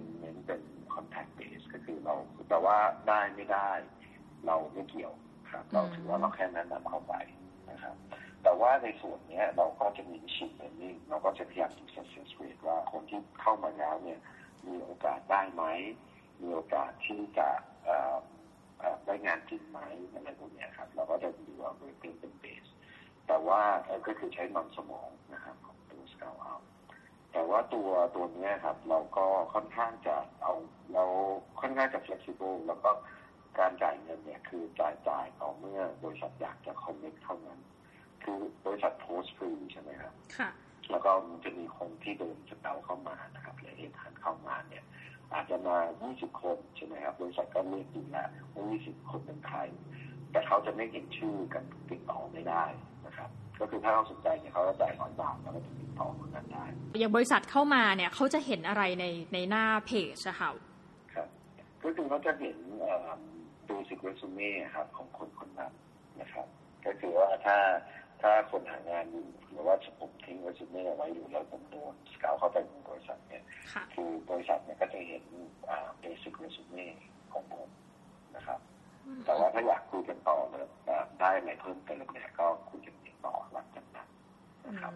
contact base ก็คือเราแต่ว่าได้ไม่ได้เราไม่เกี่ยวครับเราถือว่าเราแค่แนะนำเข้าไปนะครับแต่ว่าในส่วนนี้เราก็จะมี machine learning เราก็จะพยายามดู success rate ว่าคนที่เข้ามาแล้วเนี่ยมีโอกาสได้ไหมมีโอกาสที่จะได้งานจริงไหมอะไรพวกนี้ครับเราก็จะดูว่าเป็นเบสแต่ว่าก็คือใช้มันสมองนะครับของตัว Scout Out แต่ว่าตัวนี้ครับเราก็ค่อนข้างจะค่อนข้างจะ flexible แล้วก็การจ่ายเงินเนี่ยคือจ่ายต่อเมื่อบริษัทอยากจะ connect เท่านั้นคือบริษัทโพสต์ฟรีใช่ไหมครับค่ะแล้วก็มันจะมีคนที่เดินสเกาเข้ามานะครับหรือเอ็นทันเข้ามาเนี่ยอาจจะมา20คนใช่ไหมครับบริษัทก็เลือกดูแลว่า20คนเป็นใครแต่เขาจะไม่เห็นชื่อกันติดต่อไม่ได้นะครับก็คือถ้าเขาสนใจเนี่ยเขาจะจ่าย100 บาทแล้วก็จะติดต่อคนนั้นได้อย่างบริษัทเข้ามาเนี่ยเขาจะเห็นอะไรในหน้าเพจอะค่ะครับก็คือเขาจะเห็นbasic resume ครับของคนนั้นนะครับก็คือว่าถ้าคนหางานอยู่หรือว่าผมทิ้งเรซูเม่เอาไว้อยู่แล้วผมโดนสเกาเข้าไปในบริษัทเนี่ยคือบริษัทเนี่ยก็จะเห็นbasic resume ของผมนะครับแต่ว่าถ้าอยากคุยกันต่อเนี่ยได้อะไรเพิ่มเติมเนี่ยก็คุยกันต่อหลังจากนั้นนะครับ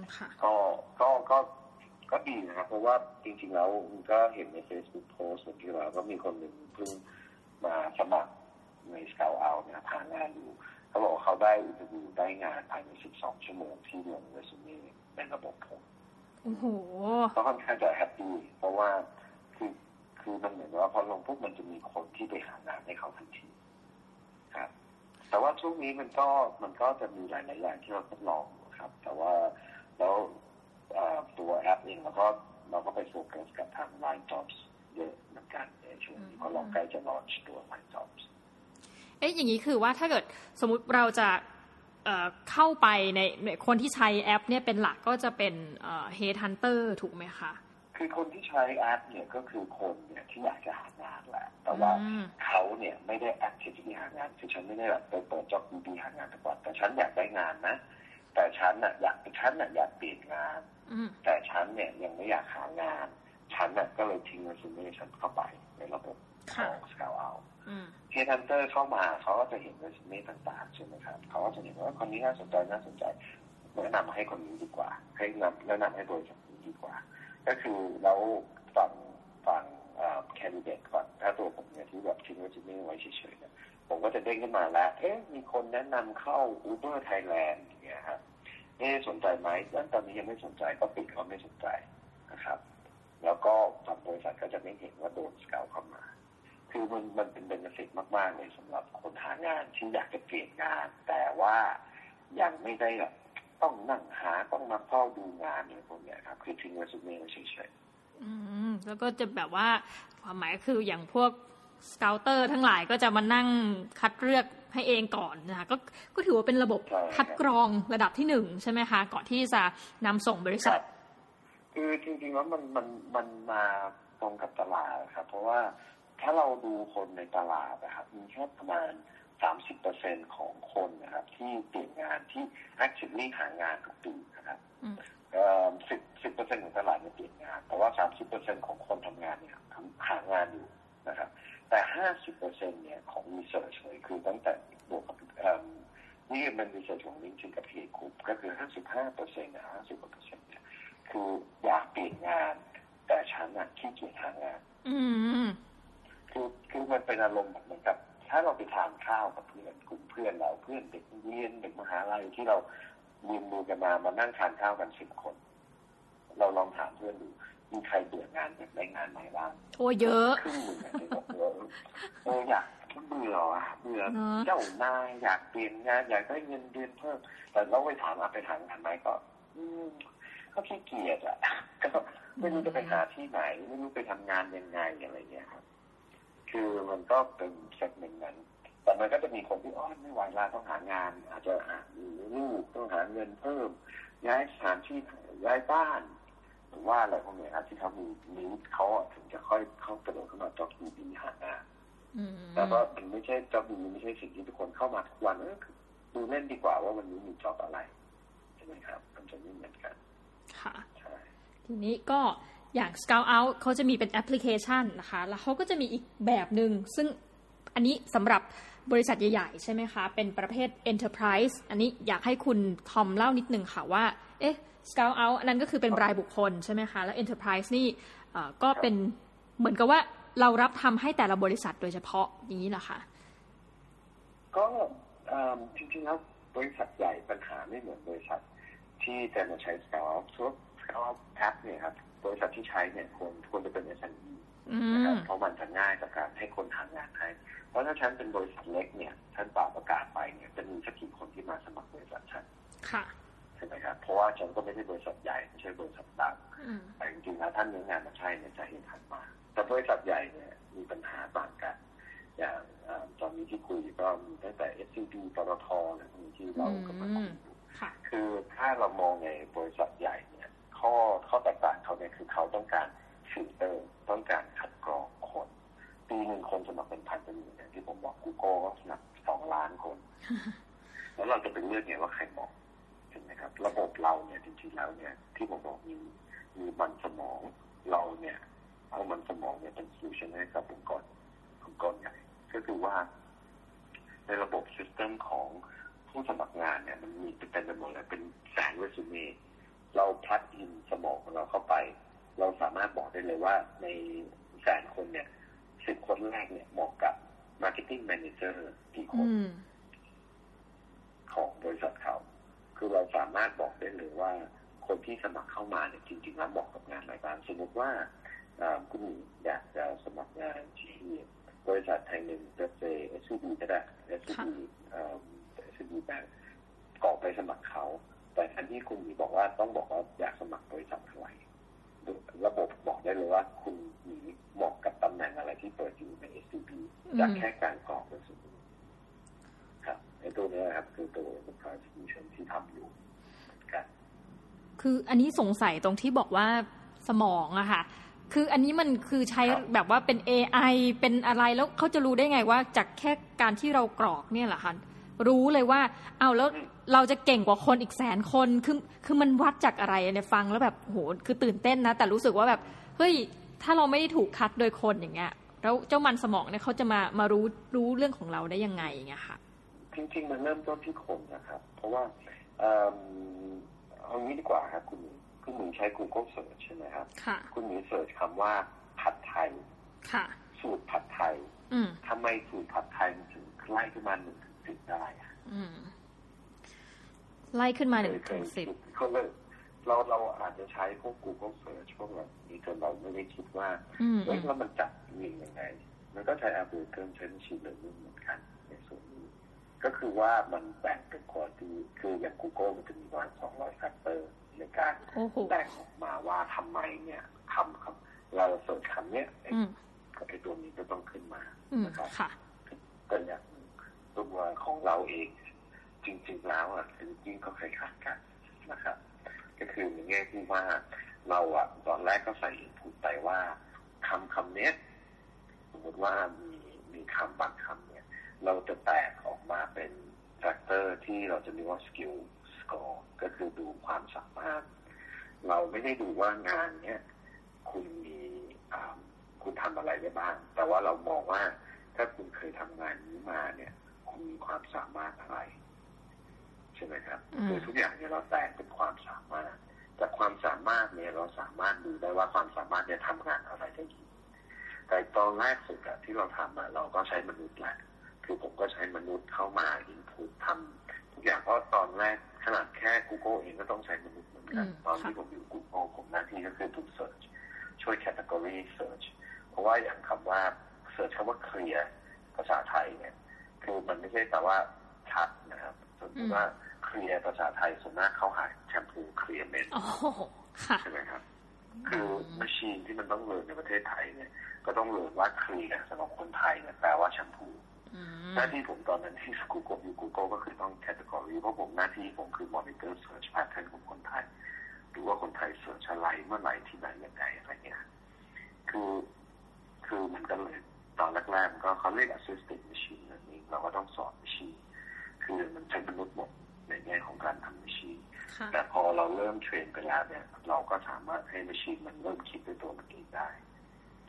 ก็ดีนะครับเพราะว่าจริงๆแล้วก็เห็นใน Facebook post เหมือนที่เราก็มีคนหนึ่งเพิ่งมาสมัครใน Scout Out เนี่ยหางานอยู่เขาบอกเขาได้อินเทอร์วิวได้งานภายใน12 ชั่วโมงที่ลงเรซูเม่เป็นระบบผมโอ้โหก็ค่อนข้างจะแฮปปี้เพราะว่าคือมันเหมือนว่าพอลงปุ๊บมันจะมีคนที่ไปหางานให้เขาทันทีครับแต่ว่าช่วงนี้มันก็จะมีหลายๆอย่างที่เราทดลองครับแต่ว่าแล้วตัวแอปเองเราก็ไปโฟกัสกับทาง Line Jobs เยอะเหมือนกันในช่วงนี้เพราะเราใกล้จะลอนช์ตัว Line Jobs อย่างนี้คือว่าถ้าเกิดสมมุติเราจะเข้าไปในคนที่ใช้แอปเนี่ยเป็นหลักก็จะเป็นHeadhunter ถูกไหมคะคือคนที่ใช้แอปเนี่ยก็คือคนเนี่ยที่อยากจะหางานแหละแต่ว่าเขาเนี่ยไม่ได้ actively หางานคือฉันไม่ได้แบบไปเปิด job DB หางานทุกวันแต่ฉันอยากได้งานนะแต่ฉันอยากเปลี่ยนงานแต่ฉันเนี่ยยังไม่อยากหางานฉันก็เลยทิ้งเรซูเม่ฉันเข้าไปในระบบของ Scout Out Headhunter เข้ามาเขาก็จะเห็นเรซูเม่ต่างๆใช่ไหมครับเขาก็จะเห็นว่าคนนี้น่าสนใจแนะนำให้คนนี้ดีกว่าแนะนำให้บริษัทนี้ดีกว่าก็คือแล้วฝั่งcandidate ก่อนถ้าตัวผมเนี่ยที่แบบทิ้งเรซูเม่ไว้เฉยๆเนี่ยผมก็จะเด้งขึ้นมาแล้วมีคนแนะนำเข้า Uber Thailand อย่างเงี้ยครับสนใจไหมแล้วตอนนี้ยังไม่สนใจก็ปิดเขาไม่สนใจนะครับแล้วก็ฝั่งบริษัทก็จะไม่เห็นว่าโดนสเกาเข้ามาคือมันเป็นเบเนฟิตมากๆเลยสำหรับคนหางานที่อยากจะเปลี่ยนงานแต่ว่ายังไม่ได้แบบต้องนั่งหาต้องมาเฝ้าดูงานอะไรพวกนี้ครับคือทิ้งเรซูเม่ไว้เฉยๆแล้วก็จะแบบว่าความหมายคืออย่างพวกสเกาเตอร์ทั้งหลายก็จะมานั่งคัดเลือกให้เองก่อนนะคะก็ถือว่าเป็นระบบคัดกรองระดับที่1ใช่ไหมคะก่อนที่จะนำส่งบริษัทคือจริงๆแล้วมันมาตรงกับตลาดครับเพราะว่าถ้าเราดูคนในตลาดนะครับมีแค่ประมาณ 30% ของคนนะครับที่เปลี่ยนงานที่ actively หางานทุกปีนะครับ10% ของตลาดเนี่ยเปลี่ยนงานแต่ว่า 30% ของคนทำงานเนี่ยหางานอยู่นะครับแต่ 50% เนี่ยของ research เลยคือตั้งแต่บวกกับนี่เป็น research ของ LinkedIn กับ Peer Group ก็คือ 55% นะ 50% เนี่ยคืออยากเปลี่ยนงานแต่ฉันขี้เกียจหางานคือมันเป็นอารมณ์เหมือนกับถ้าเราไปทานข้าวกับเพื่อนกลุ่มเพื่อนเราเพื่อนเด็กเรียนเด็กมหาลัยที่เราเรียนรู้กันมานั่งทานข้าวกัน10 คนเราลองถามเพื่อนดูมีใครเบื่องานอยากได้งานใหม่บ้างโอ้เยอะครึ่งหนึ่งที่บอกอยากเบื่อเจ้านายอยากเปลี่ยนงานอยากได้เงินเดือนเพิ่มแต่เราไปถามไปหางานไหมก็ขี้เกียจก็ไม่รู้จะไปหาที่ไหนไม่รู้ไปทำงานยังไงอะไรเงี้ยครับคือมันก็เป็นเซกเมนต์นั้นแต่มันก็จะมีคนที่ไม่ไหวแล้วต้องหางานอาจจะมีลูกต้องหาเงินเพิ่มย้ายสถานที่ย้ายบ้านหรือว่าอะไรพวกนี้ครับที่เขามีนิ้วเขาถึงจะค่อยเข้ากระโดดเข้ามาจ็อบดีหางานแต่ว่ามันไม่ใช่จ็อบดีไม่ใช่สิ่งที่ทุกคนเข้ามาทุกวันดูเล่นดีกว่าว่าวันนี้มีจ็อบอะไรใช่ไหมครับมันจะไม่เหมือนกันค่ะทีนี้ก็อย่าง Scout Out เขาจะมีเป็นแอปพลิเคชันนะคะแล้วเขาก็จะมีอีกแบบนึงซึ่งอันนี้สำหรับบริษัทใหญ่ๆใช่ไหมคะเป็นประเภท enterprise อันนี้อยากให้คุณทอมเล่านิดนึงค่ะว่าScout Out อันนั้นก็คือเป็นรายบุคคลใช่ไหมคะแล้ว enterprise นี่ก็เป็นเหมือนกับว่าเรารับทำให้แต่ละบริษัทโดยเฉพาะอย่างนี้เหรอคะก็จริงๆแล้วบริษัทใหญ่ปัญหาไม่เหมือนบริษัทที่จะมาใช้ Scout Out Scout Out App เนี่ยครับบริษัทที่ใช้เนี่ยควรจะเป็น SME นะครับเพราะมันจะง่ายต่อการให้คนหางานให้เพราะถ้าฉันเป็นบริษัทเล็กเนี่ยฉันประกาศไปเนี่ยจะมีสักกี่คนที่มาสมัครบริษัทฉันค่ะใช่ไหมครับเพราะว่าฉันก็ไม่ใช่บริษัทใหญ่ไม่ใช่บริษัทดังแต่จริงๆแล้วท่านเนื้องานมาใช่เนี่ยจะเห็นทันมาแต่บริษัทใหญ่เนี่ยมีปัญหาต่างกันอย่างตอนนี้ที่คุยก็มีตั้งแต่ SCB ปตทอะไรพวกนี้ที่เรากำลังคุยอยู่คือถ้าเรามองในบริษัทใหญ่เนี่ยข้อแตกต่างเขาเนี่ยคือเขาต้องการฟิลเตอร์ต้องการคัดกรองคนปีหนึ่งคนสมัครเป็นพันเป็นหมื่นอย่างที่ผมบอก Google ก็สมัคร2 ล้านคนแล้วเราจะไปเลือกไงว่าใครเหมาะใช่ไหมครับระบบเราเนี่ยจริงๆแล้วเนี่ยที่ผมบอกมีมันสมองเราเนี่ยเอามันสมองเนี่ยเป็นโซลูชันให้กับองค์กรใหญ่ก็คือว่าในระบบซิสเต็มของผู้สมัครงานเนี่ยมันมีเป็นหมดเลยเป็นแสนเรซูเม่เราพลักอินสมองของเราเข้าไปเราสามารถบอกได้เลยว่าในแสนคนเนี่ย10 คนแรกเนี่ยเหมาะกับ Marketing Manager กี่คนของบริษัทเขาคือเราสามารถบอกได้เลยว่าคนที่สมัครเข้ามาเนี่ยจริงๆแล้วเหมาะกับงานอะไรบ้างสมมติว่าคุณอยากจะสมัครงานที่บริษัทแห่งหนึ่งจะเป็น SCB ก็ได้ SCB แบบกรอกไปสมัครเขาแต่ทันที่คุณบอกว่าต้องบอกว่าอยากสมัครบริษัทอะไรระบบบอกได้เลยว่าคุณเหมาะกับตำแหน่งอะไรที่เปิดอยู่ใน SCB จากแค่การกรอกเรซูเม่ครับในตัวนี้ครับคือตัว Enterprise Solution ที่ทำอยู่กันคืออันนี้สงสัยตรงที่บอกว่าสมองอะค่ะคืออันนี้มันคือใช้แบบว่าเป็น AI เป็นอะไรแล้วเขาจะรู้ได้ไงว่าจากแค่การที่เรากรอกเนี่ยเหรอคะรู้เลยว่าเอาแล้วเราจะเก่งกว่าคนอีก100,000 คนคือมันวัดจากอะไรเนี่ยฟังแล้วแบบโหคือตื่นเต้นนะแต่รู้สึกว่าแบบเฮ้ยถ้าเราไม่ได้ถูกคัดโดยคนอย่างเงี้ยแล้วเจ้ามันสมองเนี่ยเขาจะมารู้เรื่องของเราได้ยังไงอย่างเงี้ยค่ะจริงๆมันเริ่มต้นที่คนนะครับเพราะว่าเอางี้ดีกว่าครับคุณหมีใช้ Google Search ใช่ไหมครับคุณหมีเสิร์ชคำว่าผัดไทยสูตรผัดไทยทำไมสูตรผัดไทยมันถึงไล่ขึ้นมา1 ถึง 10ได้ไล่ขึ้นมา1 ถึง 10 ก็เลยเราอาจจะใช้พวก Google Search พวกแบบนี้จนเราไม่ได้คิดว่าแล้วมันจัดยิงยังไงมันก็ใช้ algorithm ใช้ machine learning เหมือนกันในส่วนนี้ก็คือว่ามันแบ่งเป็นข้อที่คืออย่าง Google มันจะมีประมาณ200 แฟกเตอร์ในการแบ่งออกมาว่าทำไมเนี่ยคำเราเสิร์ชคำเนี้ยไอ้ตัวนี้ก็ต้องขึ้นมานะครับก็อย่างตัวของเราเองจริงๆแล้วจริงๆก็คล้ายๆกันนะครับก็คือในแง่ที่ว่าเราตอนแรกก็ใส่ input ไปว่าคำเนี้ยสมมติว่ามีคำบางคำเนี่ยเราจะแตกออกมาเป็นแฟกเตอร์ที่เราจะเรียกว่า skill score ก็คือดูความสามารถเราไม่ได้ดูว่างานเนี้ยคุณทำอะไรได้บ้างแต่ว่าเรามองว่าถ้าคุณเคยทำงานนี้มาเนี่ยคุณมีความสามารถอะไรใช่ไหมครับคือทุกอย่างเนี่ยเราแตกเป็นความสามารถจากความสามารถเนี่ยเราสามารถดูได้ว่าความสามารถเนี่ยทำงานอะไรได้ดีแต่ตอนแรกสุดที่เราทำเราก็ใช้มนุษย์แหละคือผมก็ใช้มนุษย์เข้ามาinputทำทุกอย่างเพราะตอนแรกขนาดแค่ Google เองก็ต้องใช้มนุษย์เหมือนกันตอนที่ผมอยู่ Google ผมหน้าที่ก็คือทุก search ช่วย category search เพราะว่าอย่างคำว่า search คำว่า clear ภาษาไทยเนี่ยคือมันไม่ใช่แต่ว่าชัดนะครับสมมติว่า clear ภาษาไทยส่วนมากเข้าหาแชมพู clear men ใช่ไหมครับคือ machine ที่มันต้องเรียนในประเทศไทยเนี่ยก็ต้องเรียนว่า clear สำหรับคนไทยเนี่ยแปลว่าแชมพูหน้าที่ผมตอนนั้นที่ Google ก็คือต้อง category เพราะผมหน้าที่ผมคือ monitor search pattern ของคนไทยดูว่าคนไทย search อะไรเมื่อไหร่ที่ไหนยังไงอะไรเงี้ยคือมันก็เลยตอนแรกๆก็เขาเรียก assisted machine learning เราก็ต้องสอน machine คือมันใช้มนุษย์หมดในแง่ของการทำ machine แต่พอเราเริ่มเทรนไปแล้วเนี่ยเราก็สามารถให้ machine มันเริ่มคิดด้วยตัวมันเองได้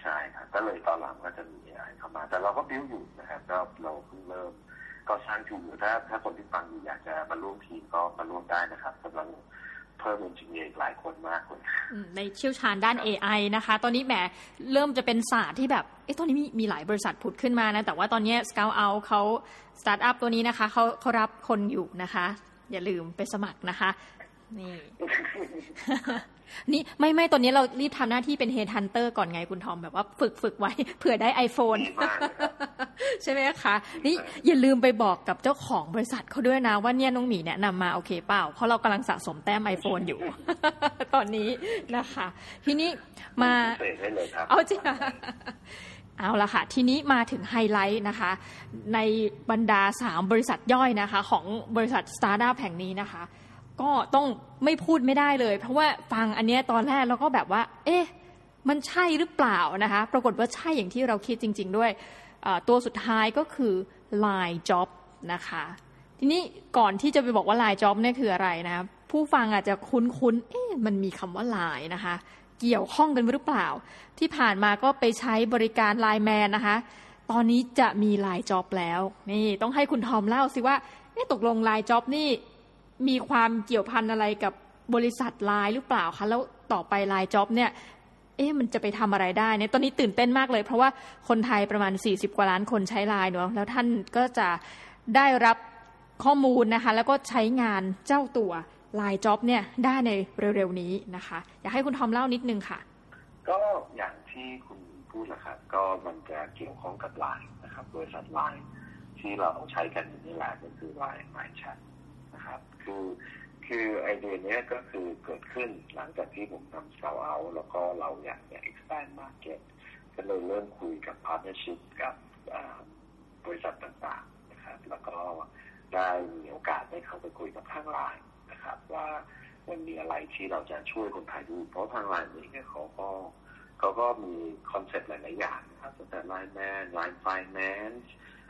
ใช่ครับก็เลยตอนหลังก็จะมี AI เข้ามาแต่เราก็บิ้วอยู่นะครับก็เราเพิ่งเริ่มก็สร้างทีมอยู่ถ้าคนที่ฟังอยู่อยากจะมาร่วมทีมก็มาร่วมได้นะครับกำลังเพิ่มเอนจิเนียร์หลายคนมากเลยในเชี่ยวชาญด้าน AI นะคะตอนนี้แหมเริ่มจะเป็นศาสตร์ที่แบบตอนนี้มีหลายบริษัทผุดขึ้นมานะแต่ว่าตอนนี้ Scout Out เขาสตาร์ทอัพตัวนี้นะคะเขารับคนอยู่นะคะอย่าลืมไปสมัครนะคะนี่ นี่ไม่ตอนนี้เรารีบทำหน้าที่เป็น Headhunter ก่อนไงคุณทอมแบบว่าฝึกไว้เผื่อได้ iPhone ใช่ไหมคะนี่อย่าลืมไปบอกกับเจ้าของบริษัทเขาด้วยนะว่าเนี่ยน้องหมีแนะนำมาโอเคเปล่าเพราะเรากำลังสะสมแต้ม iPhone อยู่ ตอนนี้นะคะทีนี้มาเอาจริงเอาละค่ะทีนี้มาถึงไฮไลท์นะคะในบรรดา3บริษัทย่อยนะคะของบริษัทสตาร์ทอัพแห่งนี้นะคะก็ต้องไม่พูดไม่ได้เลยเพราะว่าฟังอันเนี้ยตอนแรกเราก็แบบว่ามันใช่หรือเปล่านะคะปรากฏว่าใช่อย่างที่เราคิดจริงๆด้วยตัวสุดท้ายก็คือ Line Job นะคะทีนี้ก่อนที่จะไปบอกว่า Line Job เนี่ยคืออะไรนะผู้ฟังอาจจะคุ้นมันมีคำว่า Line นะคะเกี่ยวข้องกันหรือเปล่าที่ผ่านมาก็ไปใช้บริการ Line Man นะคะตอนนี้จะมี Line Job แล้วนี่ต้องให้คุณทอมเล่าสิว่าตกลง Line Job นี่มีความเกี่ยวพันอะไรกับบริษัท Line หรือเปล่าคะแล้วต่อไป Line Job เนี่ยมันจะไปทำอะไรได้เนี่ยตอนนี้ตื่นเต้นมากเลยเพราะว่าคนไทยประมาณ40กว่าล้านคนใช้ Line เนาะแล้วท่านก็จะได้รับข้อมูลนะคะแล้วก็ใช้งานเจ้าตัว Line Job เนี่ยได้ในเร็วๆนี้นะคะอยากให้คุณทอมเล่านิดนึงค่ะก็อย่างที่คุณพูดแหละครับก็มันจะเกี่ยวข้องกับ Line นะครับบริษัท Line ที่เราใช้กันอยู่ใน Line ก็คือ Line Chat นะครับคือไอเดียนี้ก็คือเกิดขึ้นหลังจากที่ผมทำ Scout Out แล้วก็เราอยากจะ expand market ก็เลยเริ่มคุยกับ partnership กับบริษัทต่างๆนะครับแล้วก็ได้มีโอกาสได้เข้าไปคุยกับทาง Line นะครับว่ามันมีอะไรที่เราจะช่วยคนไทยดูเพราะทาง Line นี้เนี่ยเขาก็มีคอนเซ็ปต์หลายๆอย่างนะครับตั้งแต่ Line Man Line Finance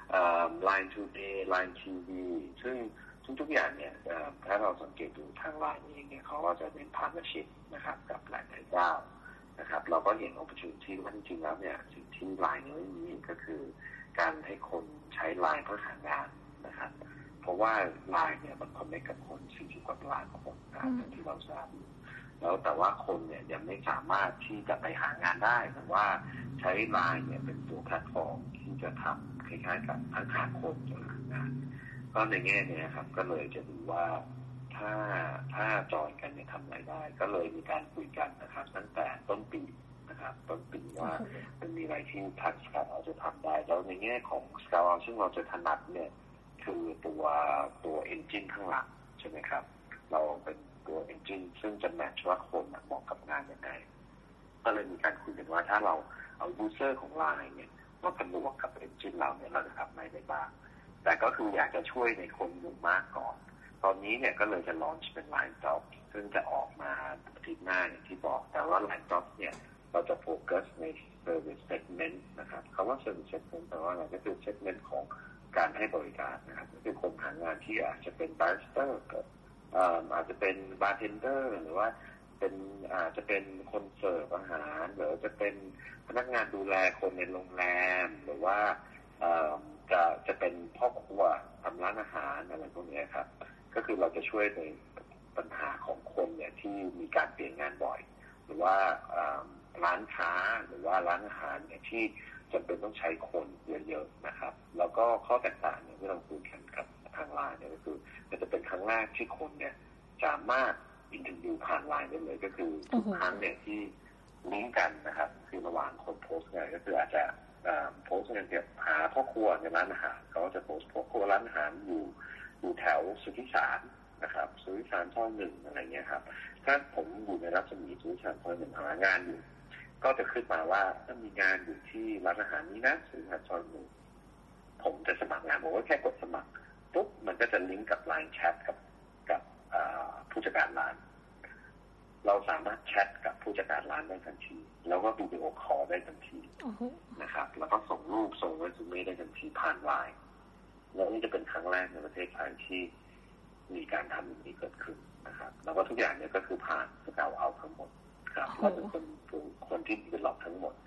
Line Today Line TV ซึ่งทุกอย่างเนี่ยถ้าเราสังเกตดูทางไลน์เองเนี่ยเขาก็จะเป็นพาร์ทเนอร์ชิพนะครับกับหลายๆเจ้านะครับเราก็เห็น opportunity ว่าจริงๆแล้วเนี่ยสิ่งที่ไลน์นี้ก็คือการให้คนใช้ไลน์เพื่อหางานนะครับเพราะว่าไลน์เนี่ยมันคอนเนคกับคน40กว่าล้านคนนะครับที่เราทราบแล้วแต่ว่าคนเนี่ยยังไม่สามารถที่จะไปหางานได้หรือว่าใช้ไลน์เนี่ยเป็นตัวแพลตฟอร์มที่จะทำคล้ายๆกับทั้งหาคนและหางานก็ในแง่นี้ครับก็เลยจะดูว่าถ้าจอยกันเนี่ยทำอะไรได้ก็เลยมีการคุยกันนะครับตั้งแต่ต้นปีนะครับต้นปีว่ามันมีอะไรที่ทักษะเราจะทำได้แล้วในแง่ของ Scout ซึ่งเราจะถนัดเนี่ยคือตัว engine ข้างหลังใช่ไหมครับเราเป็นตัว engine ซึ่งจะแมทช์ว่าคนเหมาะกับงานยังไงก็เลยมีการคุยกันว่าถ้าเราเอา user ของ Line เนี่ยมาผนวกกับ engine เราเนี่ยเราจะทำอะไรได้บ้างแต่ก็คืออยากจะช่วยในคนหมู่มากก่อนตอนนี้เนี่ยก็เลยจะลอนช์เป็น Line Job ซึ่งจะออกมาอาทิตย์หน้าอย่างที่บอกแต่ว่า Line Job เนี่ยเราจะโฟกัสใน Service Segment นะครับคำว่า Service Segment แปลว่าอะไรก็คือ Segment ของการให้บริการนะครับก็คือคนหางานที่อาจจะเป็น Barrister อาจจะเป็น Bartender หรือว่าอาจจะเป็นคนเสิร์ฟอาหารหรือจะเป็นพนักงานดูแลคนในโรงแรมหรือว่าจะเป็นพ่อครัวทำร้านอาหารอะไรพวกนี้ครับก็คือเราจะช่วยในปัญหาของคนเนี่ยที่มีการเปลี่ยนงานบ่อยหรือว่าร้านค้าหรือว่าร้านอาหารเนี่ยที่จำเป็นต้องใช้คนเยอะๆนะครับแล้วก็ข้อแตกต่างเนี่ยที่เราคุยกันกับทางไลน์เนี่ยก็คือมันจะเป็นครั้งแรกที่คนเนี่ยสามารถอินเทอร์วิวผ่านไลน์ได้เลยก็คือทุกครั้งเนี่ยที่ลิงก์กันนะครับคือระหว่างคนโพสต์เนี่ยก็คืออาจจะโพสต์เกี่ยวกับหาพ่อครัวในร้านอาหารเขาจะโพสต์พ่อครัวร้านอาหารอยู่แถวสุทธิสารนะครับสุทธิสารซอยหนึ่งอะไรเงี้ยครับถ้าผมอยู่ในรัศมีสุทธิสารซอยหนึ่งหางานอยู่ก็จะขึ้นมาว่าถ้ามีงานอยู่ที่ร้านอาหารนี้นะสุทธิสารซอยหนึ่งผมจะสมัครงานผมก็แค่กดสมัครปุ๊บมันก็จะลิงก์กับ Line Chat กับผู้จัดการร้านเราสามารถแชทกับผู้จัดการร้านได้ทันทีแล้วก็วิดีโอคอลได้ทันทีนะครับแล้วก็ส่งรูปส่งเรซูเม่ได้ทันทีผ่านไลน์แล้วนี่จะเป็นครั้งแรกในประเทศไทยที่มีการทำอย่างนี้เกิดขึ้นนะครับแล้วก็ทุกอย่างเนี่ยก็คือผ่านScout Outทั้งหมดครับเราเป็นคนที่ดีเวลลอปทั้งหมด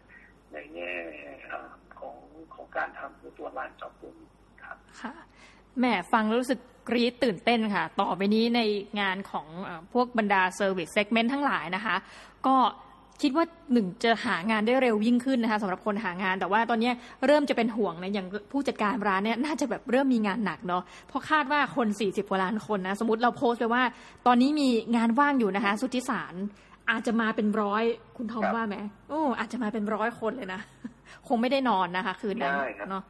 ในแง่ของการทำตัวร้านจ็อบตัวนี้ครับค่ะแหมฟังแล้วรู้สึกกรี๊ดตื่นเต้นค่ะต่อไปนี้ในงานของพวกบรรดาเซอร์วิสเซกเมนต์ทั้งหลายนะคะก็คิดว่าจะหางานได้เร็วยิ่งขึ้นนะคะสำหรับคนหางานแต่ว่าตอนนี้เริ่มจะเป็นห่วงนะอย่างผู้จัดการร้านเนี่ยน่าจะแบบเริ่มมีงานหนักเนาะเพราะคาดว่าคน40กว่าล้านคนนะสมมติเราโพสต์ไปว่าตอนนี้มีงานว่างอยู่นะคะสุทธิสารอาจจะมาเป็นร้อยคุณทอมว่าไหมโอ้อาจจะมาเป็น100คนเลยนะคงไม่ได้นอนนะคะคืนนั้นเนาะ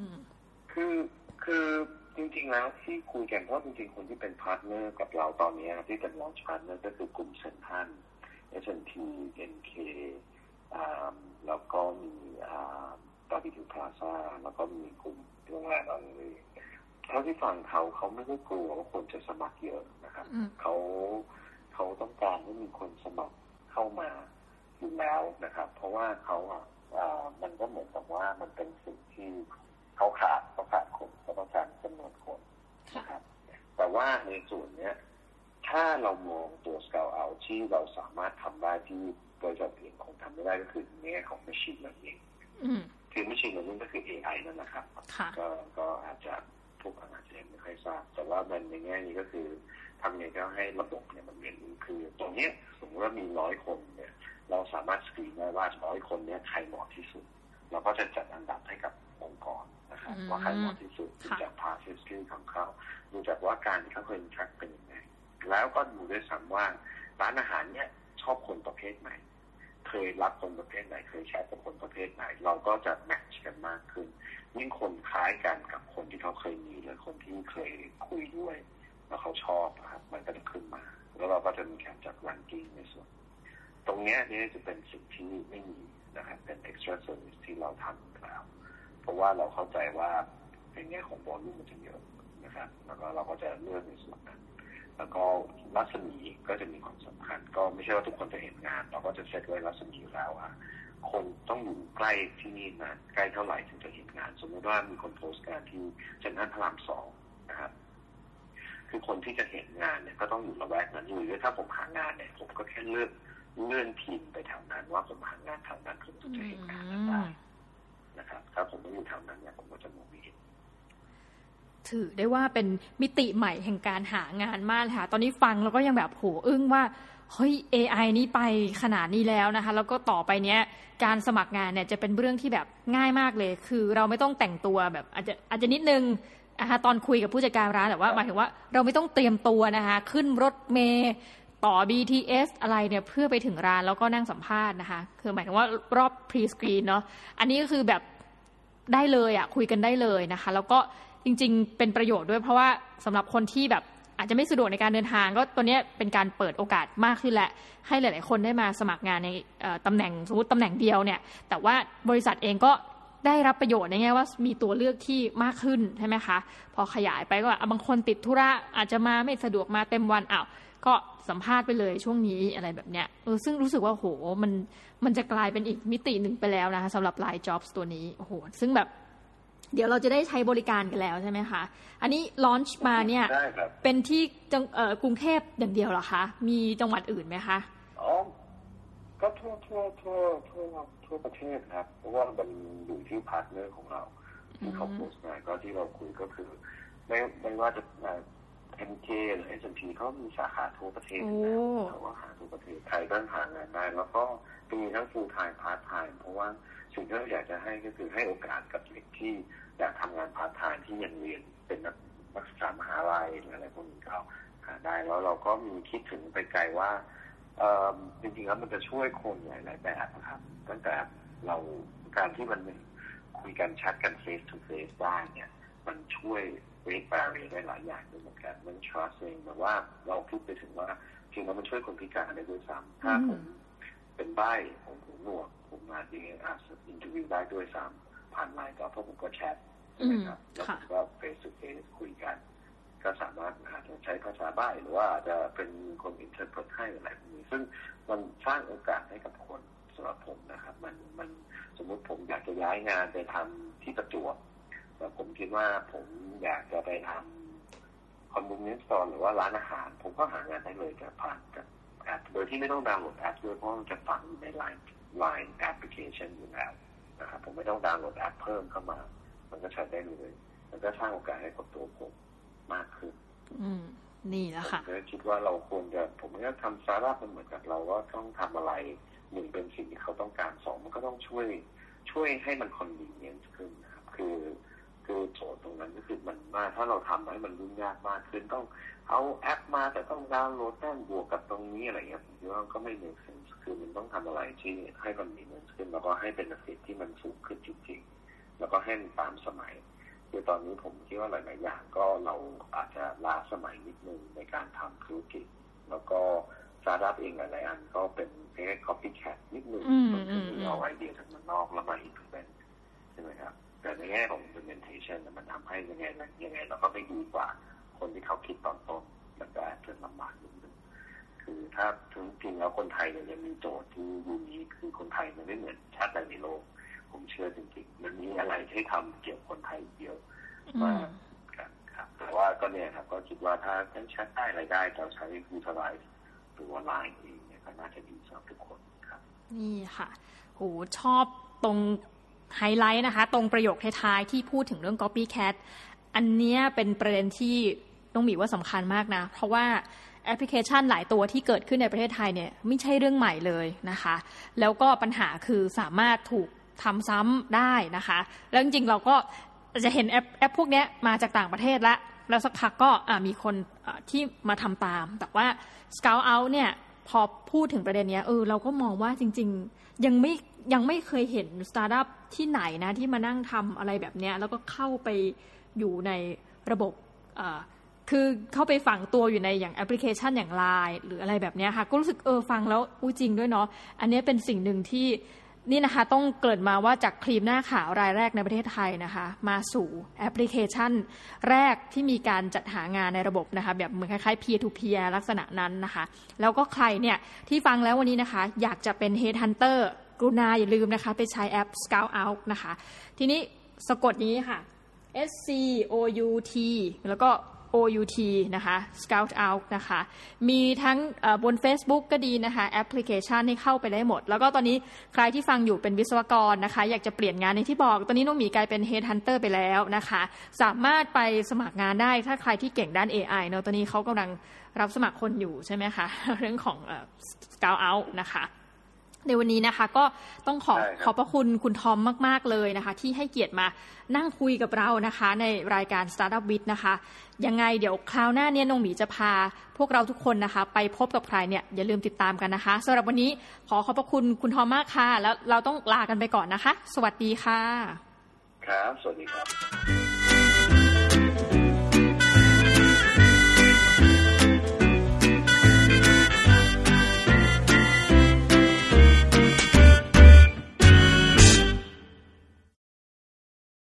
คือจริงๆแล้วที่คุยกันเพราะจริงๆคนที่เป็นพาร์ทเนอร์กับเราตอนนี้ที่เป็นลอนช์พาร์ทเนอร์ก็คือกลุ่มเซ็นทรัล S&T NK แล้วก็มีWT Plaza แล้วก็มีกลุ่มโรงแรมอะไรเท่าที่ฟังเขาไม่ได้กลัวว่าคนจะสมัครเยอะนะครับเขาต้องการให้มีคนสมัครเข้ามาอยู่แล้วนะครับเพราะว่ามันก็เหมือนกับว่ามันเป็นสิ่งที่เขาขาดคนเขาต้องการจำนวนคนนะครับแต่ว่าในส่วนนี้ถ้าเรามองตัวสเกลเอาที่เราสามารถทำได้ที่โดยจะเองคงทำไม่ได้ก็คือในแง่ของ machine learning คือ machine learning ก็คือ AI นั่นนะครับก็อาจจะทุกคนอาจจะไม่ค่อยทราบแต่ว่ามันในแง่นี้ก็คือทำยังไงก็ให้ระบบเนี่ยมันเรียนรู้คือตรงนี้สมมติว่ามี100 คนเนี่ยเราสามารถสกรีนได้ว่า100 คนเนี่ยใครเหมาะที่สุดเราก็จะจัดอันดับให้กับองค์กรนะครับว่าใครเหมาะที่สุดดูจาก past history ของเขาดูจากว่าการที่เขาเคย interact เป็นยังไงแล้วก็ดูด้วยซ้ำว่าร้านอาหารเนี่ยชอบคนประเภทไหนเคยรับคนประเภทไหนเคยใช้กับคนประเภทไหนเราก็จะแมทช์กันมากขึ้นยิ่งคนคล้ายกันกับคนที่เขาเคยมีหรือคนที่เคยคุยด้วยแล้วเขาชอบครับมันก็จะขึ้นมาแล้วเราก็จะมีการจัด ranking ในส่วนตรงนี้นี่จะเป็นสิ่งที่ไม่มีนะครับเป็น extra service ที่เราทำแล้วเพราะว่าเราเข้าใจว่าในแง่ของ volume มันจะเยอะนะครับแล้วก็เราก็จะเลือกในส่วนนั้นแล้วก็รัศมีก็จะมีความสำคัญก็ไม่ใช่ว่าทุกคนจะเห็นงานเราก็จะเซตไว้รัศมีอยู่แล้วว่าคนต้องอยู่ใกล้ที่นี่นะใกล้เท่าไหร่ถึงจะเห็นงานสมมติว่ามีคนโพสต์งานที่เซ็นทรัลพระราม 2นะครับคือคนที่จะเห็นงานเนี่ยก็ต้องอยู่ละแวกนั้นอยู่ถ้าผมหางานเนี่ยผมก็แค่เลื่อนทีมไปแถวนั้นว่าผมหางานแถวนั้นผมจะเห็นงานได้นะครับถ้าผมไม่อยู่แถวนั้นเนี่ยผมก็จะมองไม่เห็นถือได้ว่าเป็นมิติใหม่แห่งการหางานมากค่ะตอนนี้ฟังแล้วก็ยังแบบโหอึ้งว่าเฮ้ย AI นี่ไปขนาดนี้แล้วนะคะแล้วก็ต่อไปเนี้ยการสมัครงานเนี่ยจะเป็นเรื่องที่แบบง่ายมากเลยคือเราไม่ต้องแต่งตัวแบบอาจจะนิดนึงนะคะตอนคุยกับผู้จัดการร้านแต่ว่าหมายถึงว่าเราไม่ต้องเตรียมตัวนะคะขึ้นรถเมล์ต่อ BTS อะไรเนี่ยเพื่อไปถึงร้านแล้วก็นั่งสัมภาษณ์นะคะคือหมายถึงว่ารอบ pre-screen เนาะอันนี้ก็คือแบบได้เลยคุยกันได้เลยนะคะแล้วก็จริงๆเป็นประโยชน์ด้วยเพราะว่าสำหรับคนที่แบบอาจจะไม่สะดวกในการเดินทางก็ตัวนี้เป็นการเปิดโอกาสมากขึ้นแหละให้หลายๆคนได้มาสมัครงานในตำแหน่งสมมติตำแหน่งเดียวเนี่ยแต่ว่าบริษัทเองก็ได้รับประโยชน์ในแง่ว่ามีตัวเลือกที่มากขึ้นใช่ไหมคะพอขยายไปก็บางคนติดธุระอาจจะมาไม่สะดวกมาเต็มวันก็สัมภาษณ์ไปเลยช่วงนี้อะไรแบบเนี้ยซึ่งรู้สึกว่าโหมันจะกลายเป็นอีกมิติหนึ่งไปแล้วนะคะสำหรับ Line Jobs ตัวนี้โอ้โหซึ่งแบบเดี๋ยวเราจะได้ใช้บริการกันแล้วใช่ไหมคะอันนี้ลอนช์มาเนี่ยเป็นที่กรุงเทพอย่างเดียวเหรอคะมีจังหวัดอื่นไหมคะอ๋อก็ทั่วประเทศครับเพราะว่ามันอยู่ที่พาร์ทเนอร์ของเราที่เขาโพสต์มาก็ที่เราคุยก็คือไม่ว่าจะMK หรือ S&P เขามีสาขาทั่วประเทศนะเขาว่าหาทั่วประเทศใครก็หางานได้แล้วก็มีทั้ง full time part time เพราะว่าสิ่งที่เราอยากจะให้ก็คือให้โอกาสกับเด็กที่อยากทำงานพาร์ทไทม์ที่ยังเรียนเป็นนักศึกษามหาลัยหรืออะไรพวกนี้เขาหาได้แล้วเราก็มีคิดถึงไปไกลว่าจริงๆแล้วมันจะช่วยคนหลายๆแบบนะครับตั้งแต่เราการที่มันคุยกันชัดกัน face to face ได้เนี่ยมันช่วยbreak barrier ได้หลายอย่างด้วยเหมือนกันมัน trust เองแต่ว่าเราคิดไปถึงว่าจริงๆแล้วมันช่วยคนพิการได้ด้วยซ้ำถ้าผมเป็นใบ้ผมหูหนวกผมมาดีอินเทอร์วิวได้ด้วยซ้ำผ่านไลน์ก็เพราะผมก็แชทนะครับแล้วผมก็ face to face คุยกันก็สามารถอาจจะใช้ภาษาใบ้หรือว่าอาจจะเป็นคนอินเทอร์พรีตให้อะไรพวกนี้ซึ่งมันสร้างโอกาสให้กับคนสำหรับผมนะครับมันสมมติผมอยากจะย้ายงานไปทำที่ประจวบแต่ผมคิดว่าผมอยากจะไปทำคอนโดมิเนียมสโตร์หรือว่าร้านอาหารผมก็หางานได้เลยจะผ่านกับแอปโดยที่ไม่ต้องดาวน์โหลดแอปด้วยเพราะมันจะฝังอยู่ใน Line Application อยู่แล้วนะครับผมไม่ต้องดาวน์โหลดแอปเพิ่มเข้ามามันก็ใช้ได้เลยมันก็สร้างโอกาสให้กับตัวผมมากขึ้นนี่แหละค่ะผมก็คิดว่าเราควรจะผมก็ทำสตาร์ทอัพมันเหมือนกับเราก็ต้องทำอะไรหนึ่งเป็นสิ่งที่เขาต้องการสองมันก็ต้องช่วยให้มันคอนวีเนียนซ์ขึ้นนะครับคือโจทย์ตรงนั้นก็คือมันว่าถ้าเราทำให้มันยุ่งยากมากขึ้นต้องเอาแอปมาแต่ต้องดาวน์โหลดนั่นบวกกับตรงนี้อะไรเงี้ยผมคิดว่าก็ไม่มีเซนส์คือมันต้องทำอะไรที่ให้มันมีเงินขึ้นแล้วก็ให้เป็นประสิทธิที่มันสูงขึ้นจริงๆแล้วก็ให้มันตามสมัยคือตอนนี้ผมคิดว่าหลายๆอย่างก็เราอาจจะล้าสมัยนิดนึงในการทำธุรกิจแล้วก็สตาร์ทอัพเองหลายๆอันก็เป็นแค่ copycat นิดนึงคือเอาไอเดียจากเมืองนอกแล้วมา implement ใช่ไหมครับแต่ในแง่ของ implementation มันทำให้ยังไงเราก็ไม่ดีกว่าคนที่เขาคิดตอนต้นมันก็อาจจะลำบากนิดนึงคือถ้าถึงจริงแล้วคนไทยเนี่ยยังมีโจทย์ที่ยูนิคคือคนไทยมันไม่เหมือนชาติใดในโลกผมเชื่อจริงๆมันมีอะไรที่ทำเกี่ยวกับคนไทยเยอะมากครับแต่ว่าก็เนี่ยครับก็คิดว่าถ้าแชทได้รายได้เราใช้ utilize ตัวไลน์เองเนี่ยก็น่าจะดีสำหรับทุกคนครับนี่ค่ะโหชอบตรงไฮไลท์นะคะตรงประโยคท้ายๆที่พูดถึงเรื่อง copycat อันนี้เป็นประเด็นที่ต้องมีว่าสำคัญมากนะเพราะว่าแอปพลิเคชันหลายตัวที่เกิดขึ้นในประเทศไทยเนี่ยไม่ใช่เรื่องใหม่เลยนะคะแล้วก็ปัญหาคือสามารถถูกทำซ้ำได้นะคะแล้วจริงๆเราก็จะเห็นแอปพวกนี้มาจากต่างประเทศแล้วสักพักก็มีคนที่มาทำตามแต่ว่า Scout Out เนี่ยพอพูดถึงประเด็นนี้เราก็มองว่าจริงๆยังไม่เคยเห็นสตาร์ทอัพที่ไหนนะที่มานั่งทำอะไรแบบนี้แล้วก็เข้าไปอยู่ในระบบคือเข้าไปฝังตัวอยู่ในอย่างแอปพลิเคชันอย่าง LINE หรืออะไรแบบนี้ค่ะก็รู้สึกฟังแล้วจริงด้วยเนาะอันนี้เป็นสิ่งหนึ่งที่นี่นะคะต้องเกริ่นมาว่าจากครีมหน้าขาวรายแรกในประเทศไทยนะคะมาสู่แอปพลิเคชันแรกที่มีการจัดหางานในระบบนะคะแบบเหมือนคล้ายๆ peer to peer ลักษณะนั้นนะคะแล้วก็ใครเนี่ยที่ฟังแล้ววันนี้นะคะอยากจะเป็น Headhunter กรุณาอย่าลืมนะคะไปใช้แอป Scout Out นะคะทีนี้สะกดนี้ค่ะ SCOUT แล้วก็OUT นะคะ Scout Out นะคะมีทั้งบน Facebook ก็ดีนะคะแอปพลิเคชันให้เข้าไปได้หมดแล้วก็ตอนนี้ใครที่ฟังอยู่เป็นวิศวกรนะคะอยากจะเปลี่ยนงานในที่บอกตอนนี้น้องหมีกลายเป็น Headhunter ไปแล้วนะคะสามารถไปสมัครงานได้ถ้าใครที่เก่งด้าน AI เนาะตอนนี้เขากำลังรับสมัครคนอยู่ใช่ไหมคะเรื่องของScout Out นะคะในวันนี้นะคะก็ต้องขอบพระคุณทอมมากๆเลยนะคะที่ให้เกียรติมานั่งคุยกับเรานะคะในรายการ Startup With นะคะยังไงเดี๋ยวคราวหน้าเนี่ยน้องหมีจะพาพวกเราทุกคนนะคะไปพบกับใครเนี่ยอย่าลืมติดตามกันนะคะสำหรับวันนี้ขอบพระคุณทอมมากค่ะแล้วเราต้องลากันไปก่อนนะคะสวัสดีค่ะครับสวัสดีครับ